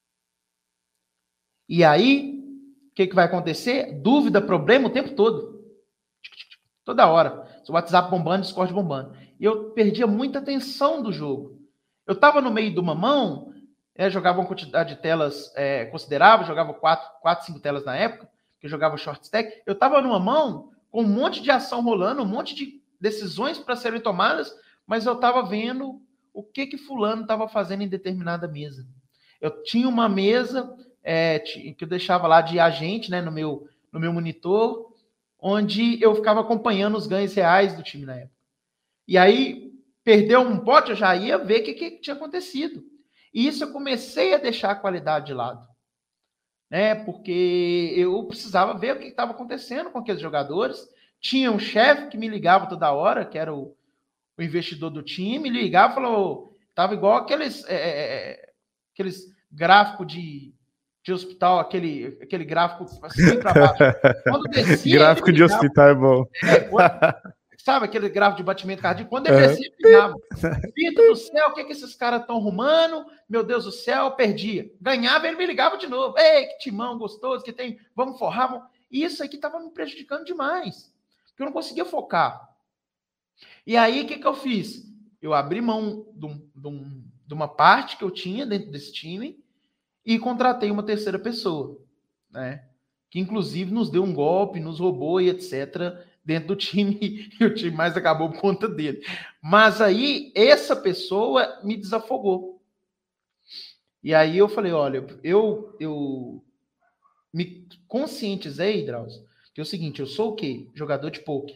E aí, o que, que vai acontecer? Dúvida, problema o tempo todo. Toda hora. O WhatsApp bombando, Discord bombando. E eu perdia muita atenção do jogo. Eu estava no meio do mamão, é, jogava uma quantidade de telas é, considerável, jogava quatro, quatro, cinco telas na época, que eu jogava short stack. Eu estava numa mão com um monte de ação rolando, um monte de decisões para serem tomadas, mas eu estava vendo o que que fulano estava fazendo em determinada mesa. Eu tinha uma mesa é, que eu deixava lá de agente, né, no meu, no meu monitor, onde eu ficava acompanhando os ganhos reais do time na época. E aí, perdeu um pote, eu já ia ver o que, que tinha acontecido. E isso eu comecei a deixar a qualidade de lado. Né? Porque eu precisava ver o que estava acontecendo com aqueles jogadores. Tinha um chefe que me ligava toda hora, que era o, o investidor do time, ligava e falou, estava igual aqueles, é, aqueles gráficos de, de hospital, aquele, aquele gráfico assim para baixo. Quando descia, gráfico de hospital é bom. É, quando, sabe aquele gráfico de batimento cardíaco? Quando ele descia, ele ligava. Filho do céu, o que, que esses caras estão arrumando? Meu Deus do céu, perdia. Ganhava, ele me ligava de novo. Ei, que timão gostoso que tem. Vamos forrar. Vamos... E isso aqui estava me prejudicando demais. Porque eu não conseguia focar. E aí, o que, que eu fiz? Eu abri mão de, um, de, um, de uma parte que eu tinha dentro desse time e contratei uma terceira pessoa, né? Que inclusive nos deu um golpe, nos roubou e etcétera dentro do time, e o time mais acabou por conta dele. Mas aí, essa pessoa me desafogou. E aí eu falei, olha, eu, eu me conscientizei, Drauzio, que é o seguinte, eu sou o quê? Jogador de pôquer.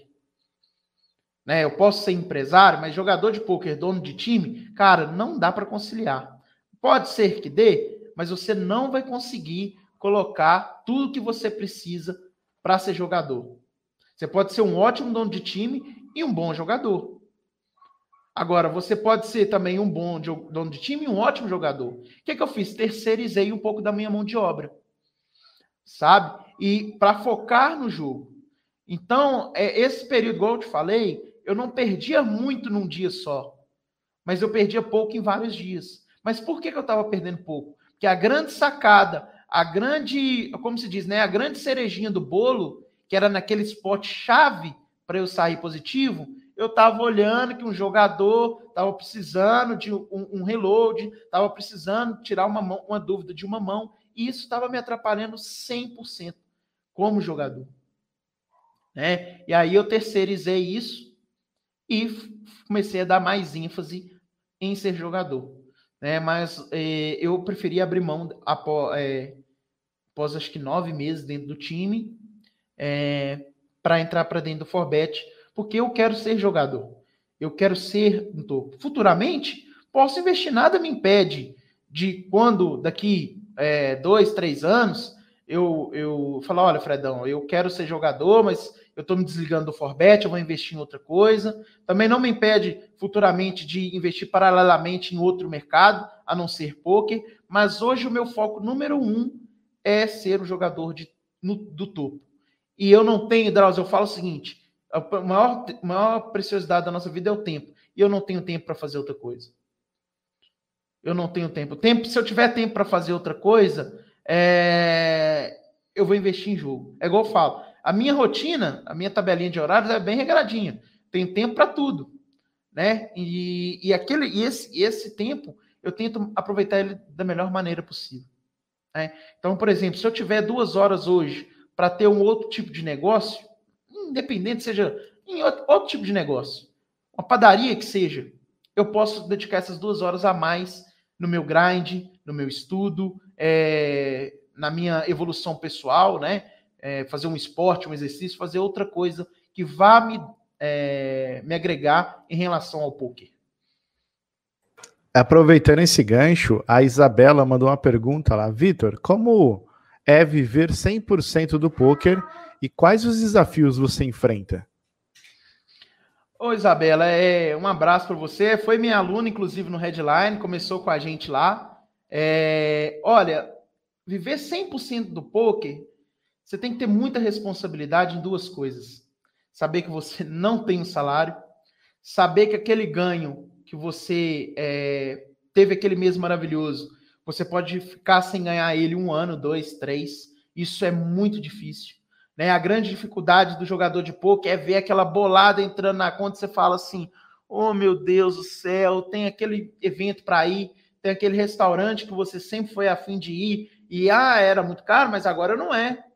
Né? Eu posso ser empresário, mas jogador de pôquer, dono de time, cara, não dá para conciliar. Pode ser que dê, mas você não vai conseguir colocar tudo que você precisa para ser jogador. Você pode ser um ótimo dono de time e um bom jogador. Agora, você pode ser também um bom dono de time e um ótimo jogador. O que, que eu fiz? Terceirizei um pouco da minha mão de obra. Sabe? E para focar no jogo. Então, é, esse período, igual eu te falei, eu não perdia muito num dia só. Mas eu perdia pouco em vários dias. Mas por que, que eu estava perdendo pouco? Porque a grande sacada, a grande, como se diz, né? A grande cerejinha do bolo, que era naquele spot chave para eu sair positivo, eu estava olhando que um jogador estava precisando de um, um reload, estava precisando tirar uma, mão, uma dúvida de uma mão, e isso estava me atrapalhando cem por cento como jogador. Né? E aí eu terceirizei isso e comecei a dar mais ênfase em ser jogador. Né? Mas eh, eu preferi abrir mão após, eh, após acho que nove meses dentro do time, É, para entrar para dentro do Forbet, porque eu quero ser jogador. Eu quero ser no topo. Futuramente, posso investir, nada me impede de quando, daqui é, dois, três anos, eu, eu falar, olha, Fredão, eu quero ser jogador, mas eu estou me desligando do Forbet, eu vou investir em outra coisa. Também não me impede futuramente de investir paralelamente em outro mercado, a não ser poker, mas hoje o meu foco número um é ser o jogador de, no, do topo. E eu não tenho, Drauzio, eu falo o seguinte, a maior, maior preciosidade da nossa vida é o tempo. E eu não tenho tempo para fazer outra coisa. Eu não tenho tempo. tempo. Se eu tiver tempo para fazer outra coisa, é... eu vou investir em jogo. É igual eu falo. A minha rotina, a minha tabelinha de horários é bem regradinha. Tenho tempo para tudo. Né? E, e, aquele, e esse, esse tempo, eu tento aproveitar ele da melhor maneira possível. Né? Então, por exemplo, se eu tiver duas horas hoje para ter um outro tipo de negócio, independente, seja em outro, outro tipo de negócio, uma padaria que seja, eu posso dedicar essas duas horas a mais no meu grind, no meu estudo, é, na minha evolução pessoal, né? É, fazer um esporte, um exercício, fazer outra coisa que vá me, é, me agregar em relação ao poker. Aproveitando esse gancho, a Isabela mandou uma pergunta lá. Vitor, como é viver cem por cento do poker e quais os desafios você enfrenta? Ô Isabela, é, um abraço para você. Foi minha aluna, inclusive, no Headline, começou com a gente lá. É, olha, viver cem por cento do poker Você tem que ter muita responsabilidade em duas coisas. Saber que você não tem um salário, saber que aquele ganho que você é, teve aquele mês maravilhoso, você pode ficar sem ganhar ele um ano, dois, três. Isso é muito difícil. Né? A grande dificuldade do jogador de pôquer é ver aquela bolada entrando na conta e você fala assim, oh meu Deus do céu, tem aquele evento para ir, tem aquele restaurante que você sempre foi a fim de ir, e ah, era muito caro, mas agora não é.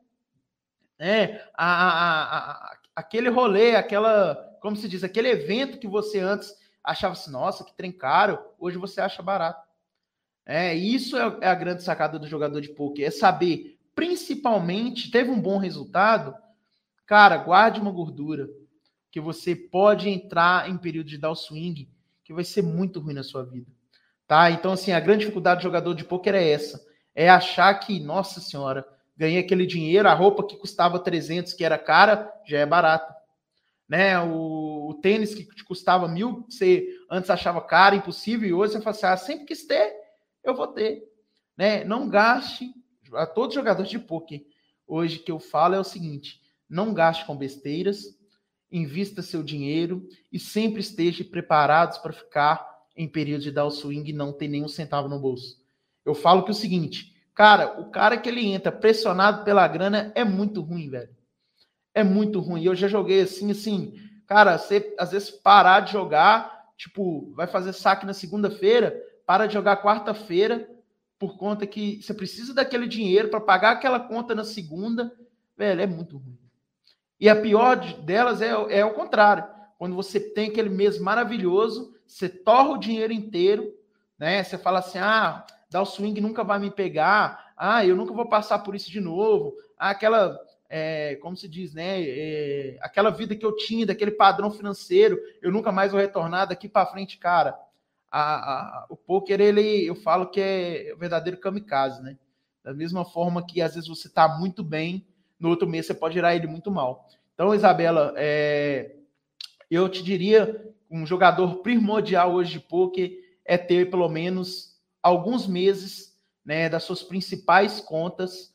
É, a, a, a, aquele rolê, aquela, como se diz, aquele evento que você antes achava assim, nossa, que trem caro, hoje você acha barato. É, isso é, é a grande sacada do jogador de pôquer, é saber, principalmente, teve um bom resultado, cara, guarde uma gordura, que você pode entrar em período de dar o swing, que vai ser muito ruim na sua vida. Tá? Então, assim, a grande dificuldade do jogador de pôquer é essa, é achar que, nossa senhora, ganhei aquele dinheiro, a roupa que custava trezentos, que era cara, já é barata. Né? O, o tênis que te custava mil, você antes achava caro, impossível, e hoje você fala assim, ah, sempre quis ter, eu vou ter. Né? Não gaste, a todos os jogadores de pôquer, hoje que eu falo é o seguinte, não gaste com besteiras, invista seu dinheiro e sempre esteja preparados para ficar em período de dar o swing e não ter nenhum centavo no bolso. Eu falo que é o seguinte, cara, o cara que ele entra pressionado pela grana é muito ruim, velho. É muito ruim. Eu já joguei assim, assim, cara, você às vezes parar de jogar, tipo, vai fazer saque na segunda-feira, para de jogar quarta-feira, por conta que você precisa daquele dinheiro para pagar aquela conta na segunda, velho, é muito ruim. E a pior delas é, é o contrário. Quando você tem aquele mês maravilhoso, você torra o dinheiro inteiro, né? Você fala assim, ah, dar o swing nunca vai me pegar, ah, eu nunca vou passar por isso de novo, ah, aquela, é, como se diz, né? É, aquela vida que eu tinha, daquele padrão financeiro, eu nunca mais vou retornar daqui para frente, cara. A, a, o pôquer, ele, eu falo que é o verdadeiro kamikaze, né? Da mesma forma que às vezes você está muito bem, no outro mês você pode girar ele muito mal. Então, Isabela, é, eu te diria, um jogador primordial hoje de pôquer é ter pelo menos alguns meses, né, das suas principais contas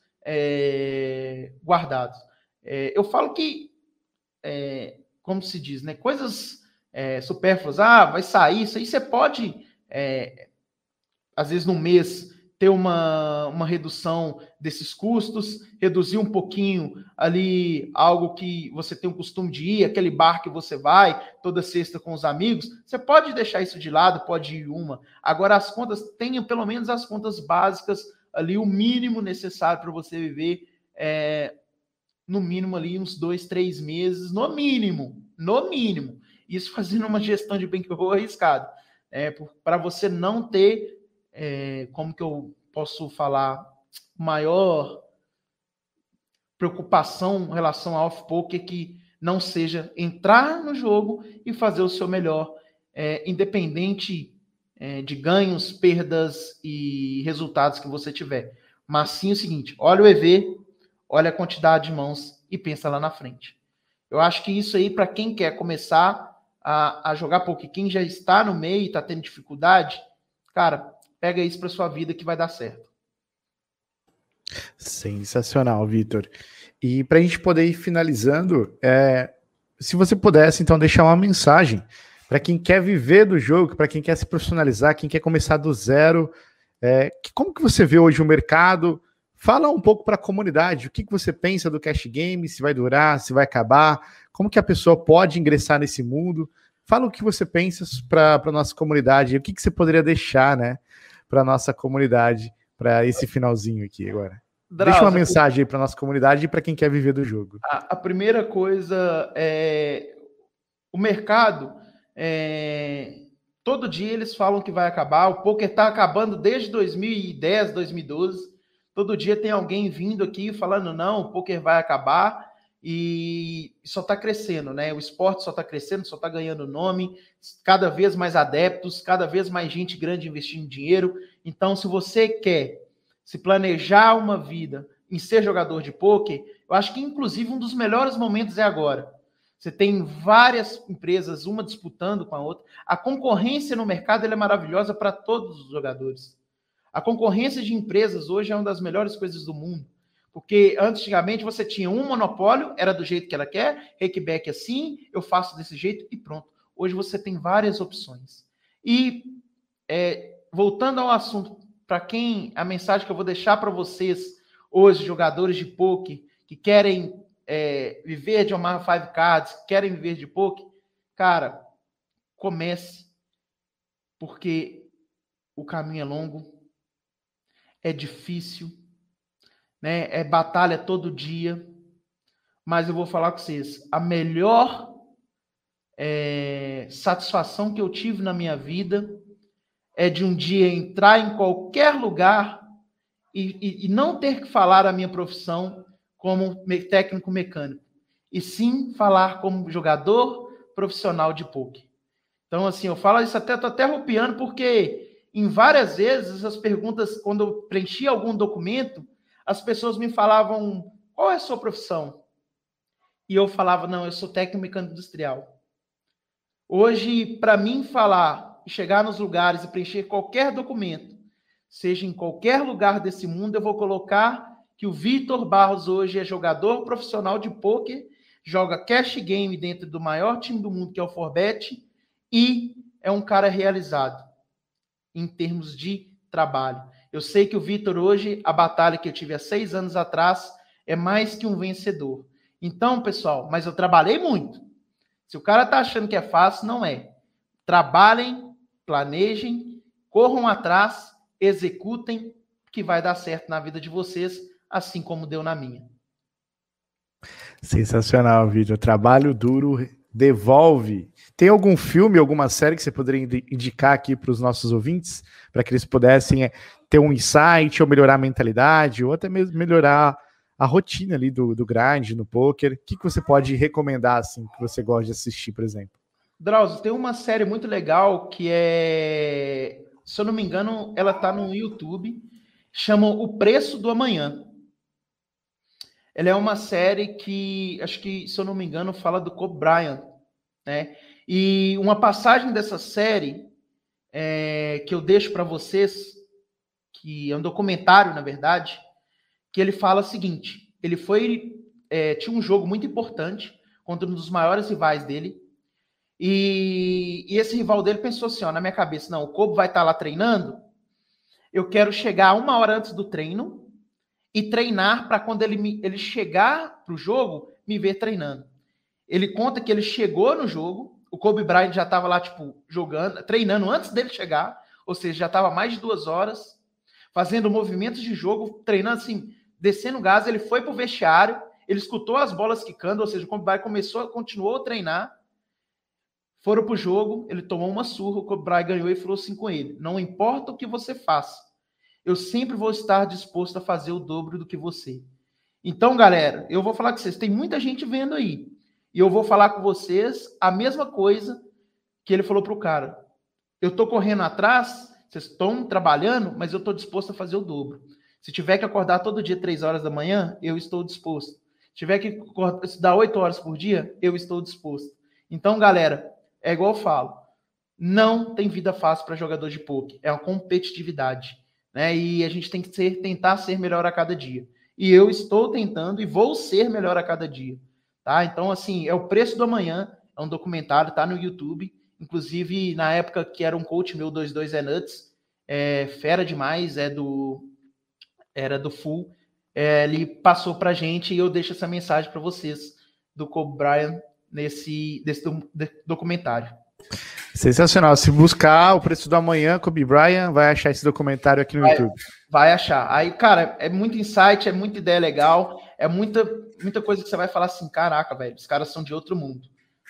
é, guardados. É, eu falo que, é, como se diz, né, coisas é, supérfluas, ah, vai sair, isso aí você pode, é, às vezes no mês, ter uma, uma redução desses custos, reduzir um pouquinho ali algo que você tem o costume de ir, aquele bar que você vai toda sexta com os amigos, você pode deixar isso de lado, pode ir uma. Agora as contas, tenha pelo menos as contas básicas ali, o mínimo necessário para você viver, é, no mínimo ali uns dois, três meses, no mínimo, no mínimo. Isso fazendo uma gestão de bankroll arriscado, é, para você não ter É, como que eu posso falar, maior preocupação em relação ao off-poker que não seja entrar no jogo e fazer o seu melhor, é, independente é, de ganhos, perdas e resultados que você tiver. Mas sim o seguinte, olha o E V, olha a quantidade de mãos e pensa lá na frente. Eu acho que isso aí, para quem quer começar a, a jogar poker, quem já está no meio e está tendo dificuldade, cara, pega isso para sua vida que vai dar certo. Sensacional, Vitor. E para a gente poder ir finalizando, é, se você pudesse, então, deixar uma mensagem para quem quer viver do jogo, para quem quer se profissionalizar, quem quer começar do zero, é, que, como que você vê hoje o mercado? Fala um pouco para a comunidade, o que, que você pensa do cash game, se vai durar, se vai acabar, como que a pessoa pode ingressar nesse mundo? Fala o que você pensa para a nossa comunidade, o que, que você poderia deixar, né, para a nossa comunidade, para esse finalzinho aqui agora. Drauzio, deixa uma mensagem aí para a nossa comunidade e para quem quer viver do jogo. A, a primeira coisa é o mercado, é, todo dia eles falam que vai acabar, o poker está acabando desde dois mil e dez, dois mil e doze, todo dia tem alguém vindo aqui falando, não, o poker vai acabar, e só está crescendo, né? O esporte só está crescendo, só está ganhando nome, cada vez mais adeptos, cada vez mais gente grande investindo dinheiro. Então, se você quer se planejar uma vida em ser jogador de pôquer, eu acho que, inclusive, um dos melhores momentos é agora. Você tem várias empresas, uma disputando com a outra. A concorrência no mercado ela é maravilhosa para todos os jogadores. A concorrência de empresas hoje é uma das melhores coisas do mundo. Porque antigamente você tinha um monopólio, era do jeito que ela quer, rakeback assim, eu faço desse jeito e pronto. Hoje você tem várias opções. E é, voltando ao assunto, para quem, a mensagem que eu vou deixar para vocês hoje, jogadores de poker, que querem é, viver de Omaha Five Cards, que querem viver de poker, cara, comece, porque o caminho é longo, é difícil, né? É batalha todo dia, mas eu vou falar com vocês, a melhor é, satisfação que eu tive na minha vida é de um dia entrar em qualquer lugar e, e, e não ter que falar a minha profissão como técnico mecânico, e sim falar como jogador profissional de poker. Então, assim, eu falo isso até, tô até arrupiando, porque em várias vezes as perguntas, quando eu preenchi algum documento, as pessoas me falavam, qual é a sua profissão? E eu falava, não, eu sou técnico mecânico industrial. Hoje, para mim falar, chegar nos lugares e preencher qualquer documento, seja em qualquer lugar desse mundo, eu vou colocar que o Vitor Barros hoje é jogador profissional de pôquer, joga cash game dentro do maior time do mundo, que é o Forbet, e é um cara realizado em termos de trabalho. Eu sei que o Vitor hoje, a batalha que eu tive há seis anos atrás, é mais que um vencedor. Então, pessoal, mas eu trabalhei muito. Se o cara tá achando que é fácil, não é. Trabalhem, planejem, corram atrás, executem, que vai dar certo na vida de vocês, assim como deu na minha. Sensacional, Vitor. Trabalho duro devolve. Tem algum filme, alguma série que você poderia indicar aqui para os nossos ouvintes, para que eles pudessem ter um insight, ou melhorar a mentalidade, ou até mesmo melhorar a rotina ali do, do grind no poker? O que, que você pode recomendar, assim, que você gosta de assistir, por exemplo? Drauzio, tem uma série muito legal que é, se eu não me engano, ela tá no YouTube, chama O Preço do Amanhã. Ela é uma série que, acho que, se eu não me engano, fala do Kobe Bryant, né? E uma passagem dessa série é, que eu deixo para vocês, que é um documentário, na verdade, que ele fala o seguinte, ele foi, é, tinha um jogo muito importante contra um dos maiores rivais dele, e, e esse rival dele pensou assim, ó, na minha cabeça, não, o Kobe vai estar lá treinando, eu quero chegar uma hora antes do treino e treinar para quando ele, me, ele chegar para o jogo, me ver treinando. Ele conta que ele chegou no jogo, o Kobe Bryant já estava lá, tipo, jogando, treinando antes dele chegar, ou seja, já estava mais de duas horas, fazendo movimentos de jogo, treinando assim, descendo gás, ele foi para o vestiário, ele escutou as bolas quicando, ou seja, o Kobe Bryant começou, continuou a treinar, foram para o jogo, ele tomou uma surra, o Kobe Bryant ganhou e falou assim com ele, não importa o que você faça, eu sempre vou estar disposto a fazer o dobro do que você. Então, galera, eu vou falar com vocês, tem muita gente vendo aí, e eu vou falar com vocês a mesma coisa que ele falou para o cara. Eu estou correndo atrás, vocês estão trabalhando, mas eu estou disposto a fazer o dobro. Se tiver que acordar todo dia três horas da manhã, eu estou disposto. Se tiver que estudar oito horas por dia, eu estou disposto. Então, galera, é igual eu falo, não tem vida fácil para jogador de poker, é uma competitividade, né? E a gente tem que ser, tentar ser melhor a cada dia. E eu estou tentando e vou ser melhor a cada dia. Tá? Então, assim, é O Preço do Amanhã, é um documentário, tá no YouTube. Inclusive, na época que era um coach meu, vinte e dois é Nuts, é fera demais, é do, era do Full, é, ele passou pra gente e eu deixo essa mensagem para vocês do Kobe Bryant nesse desse do, de, documentário. Sensacional. Se buscar O Preço do Amanhã, Kobe Bryant, vai achar esse documentário aqui no vai, YouTube. Vai achar. Aí, cara, é muito insight, é muita ideia legal, é muita, muita coisa que você vai falar assim, caraca, velho, os caras são de outro mundo.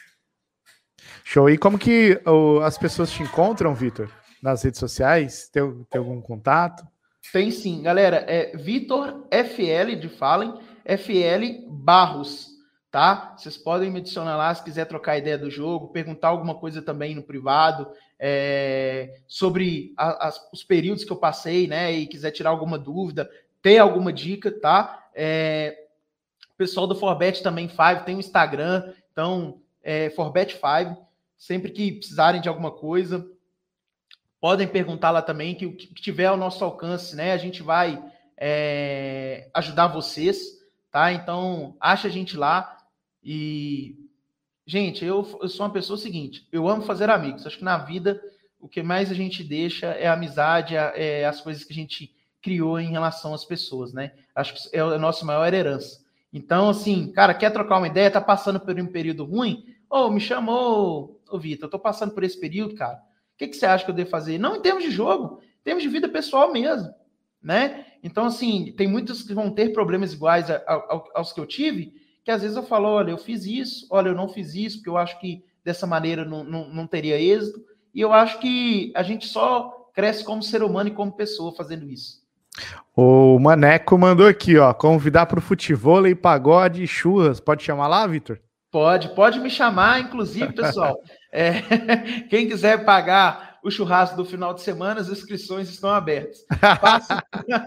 Show. E como que oh, as pessoas te encontram, Vitor? Nas redes sociais? Tem, tem algum contato? Tem sim. Galera, é Vitor F L de Fallen, F L Barros, tá? Vocês podem me adicionar lá se quiser trocar ideia do jogo, perguntar alguma coisa também no privado, é, sobre a, as, os períodos que eu passei, né? E quiser tirar alguma dúvida, ter alguma dica, tá? É, o pessoal do Forbet também, Five, tem um Instagram, então, é, Forbet Five, sempre que precisarem de alguma coisa, podem perguntar lá também, que o que tiver ao nosso alcance, né? A gente vai é, ajudar vocês, tá? Então, acha a gente lá e... Gente, eu, eu sou uma pessoa seguinte, eu amo fazer amigos. Acho que na vida o que mais a gente deixa é a amizade, é as coisas que a gente criou em relação às pessoas, né? Acho que é a nossa maior herança. Então, assim, cara, quer trocar uma ideia, tá passando por um período ruim? Ô, oh, me chamou, ô Vitor, eu tô passando por esse período, cara. O que, que você acha que eu devo fazer? Não em termos de jogo, em termos de vida pessoal mesmo, né? Então, assim, tem muitos que vão ter problemas iguais a, a, aos que eu tive, que às vezes eu falo, olha, eu fiz isso, olha, eu não fiz isso, porque eu acho que dessa maneira não, não, não teria êxito, e eu acho que a gente só cresce como ser humano e como pessoa fazendo isso. O Maneco mandou aqui, ó, convidar para o futevôlei, pagode e churras, pode chamar lá, Vitor? Pode, pode me chamar, inclusive, pessoal, é, quem quiser pagar o churrasco do final de semana, as inscrições estão abertas. Faça,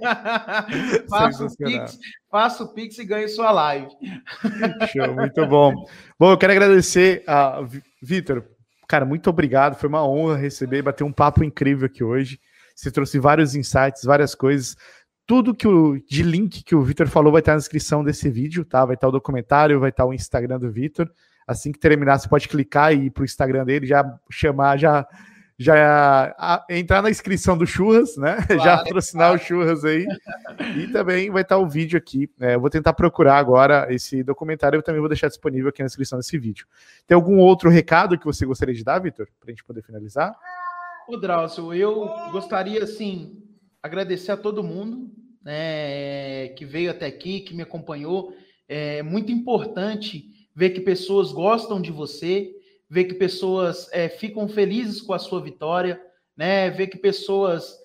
faça, o, Pix, faça o Pix e ganhe sua live. Show, muito bom. Bom, eu quero agradecer a Vitor. Cara, muito obrigado. Foi uma honra receber, bater um papo incrível aqui hoje. Você trouxe vários insights, várias coisas. Tudo que o, de link que o Vitor falou vai estar na descrição desse vídeo, tá? Vai estar o documentário, vai estar o Instagram do Vitor. Assim que terminar, você pode clicar e ir para o Instagram dele, já chamar, já... já a, entrar na inscrição do Churras, né? Claro, já patrocinar claro. O Churras aí. E também vai estar o vídeo aqui. É, eu vou tentar procurar agora esse documentário, eu também vou deixar disponível aqui na descrição desse vídeo. Tem algum outro recado que você gostaria de dar, Vitor? Para a gente poder finalizar? Ô, Drauzio, eu gostaria, assim, agradecer a todo mundo, né, que veio até aqui, que me acompanhou. É muito importante ver que pessoas gostam de você, ver que pessoas é, ficam felizes com a sua vitória, né? Ver que pessoas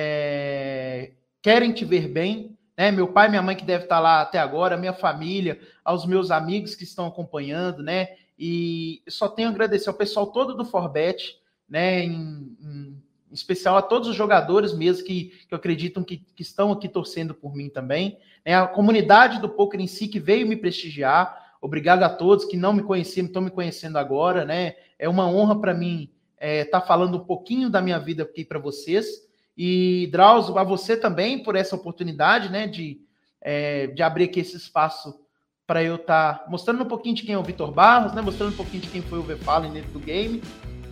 é, querem te ver bem, né? Meu pai e minha mãe que devem estar lá até agora, minha família, aos meus amigos que estão acompanhando, né? E só tenho a agradecer ao pessoal todo do Forbet, né? Em, em especial a todos os jogadores mesmo que, que acreditam que, que estão aqui torcendo por mim também, né? A comunidade do poker em si que veio me prestigiar. Obrigado a todos que não me conheciam, estão me conhecendo agora, né? É uma honra para mim estar é, tá falando um pouquinho da minha vida aqui para vocês. E, Drauzio, a você também por essa oportunidade, né? De, é, de abrir aqui esse espaço para eu estar tá mostrando um pouquinho de quem é o Vitor Barros, né? Mostrando um pouquinho de quem foi o V-Fallen dentro do game.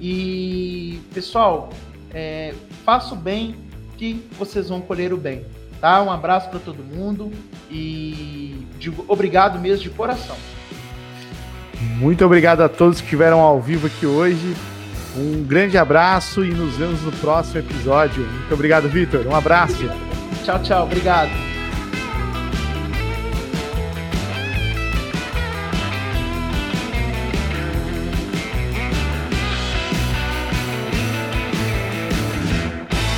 E, pessoal, é, faça o bem que vocês vão colher o bem. Tá? Um abraço para todo mundo e digo obrigado mesmo de coração. Muito obrigado a todos que estiveram ao vivo aqui hoje. Um grande abraço e nos vemos no próximo episódio. Muito obrigado, Vitor. Um abraço. Tchau, tchau. Obrigado.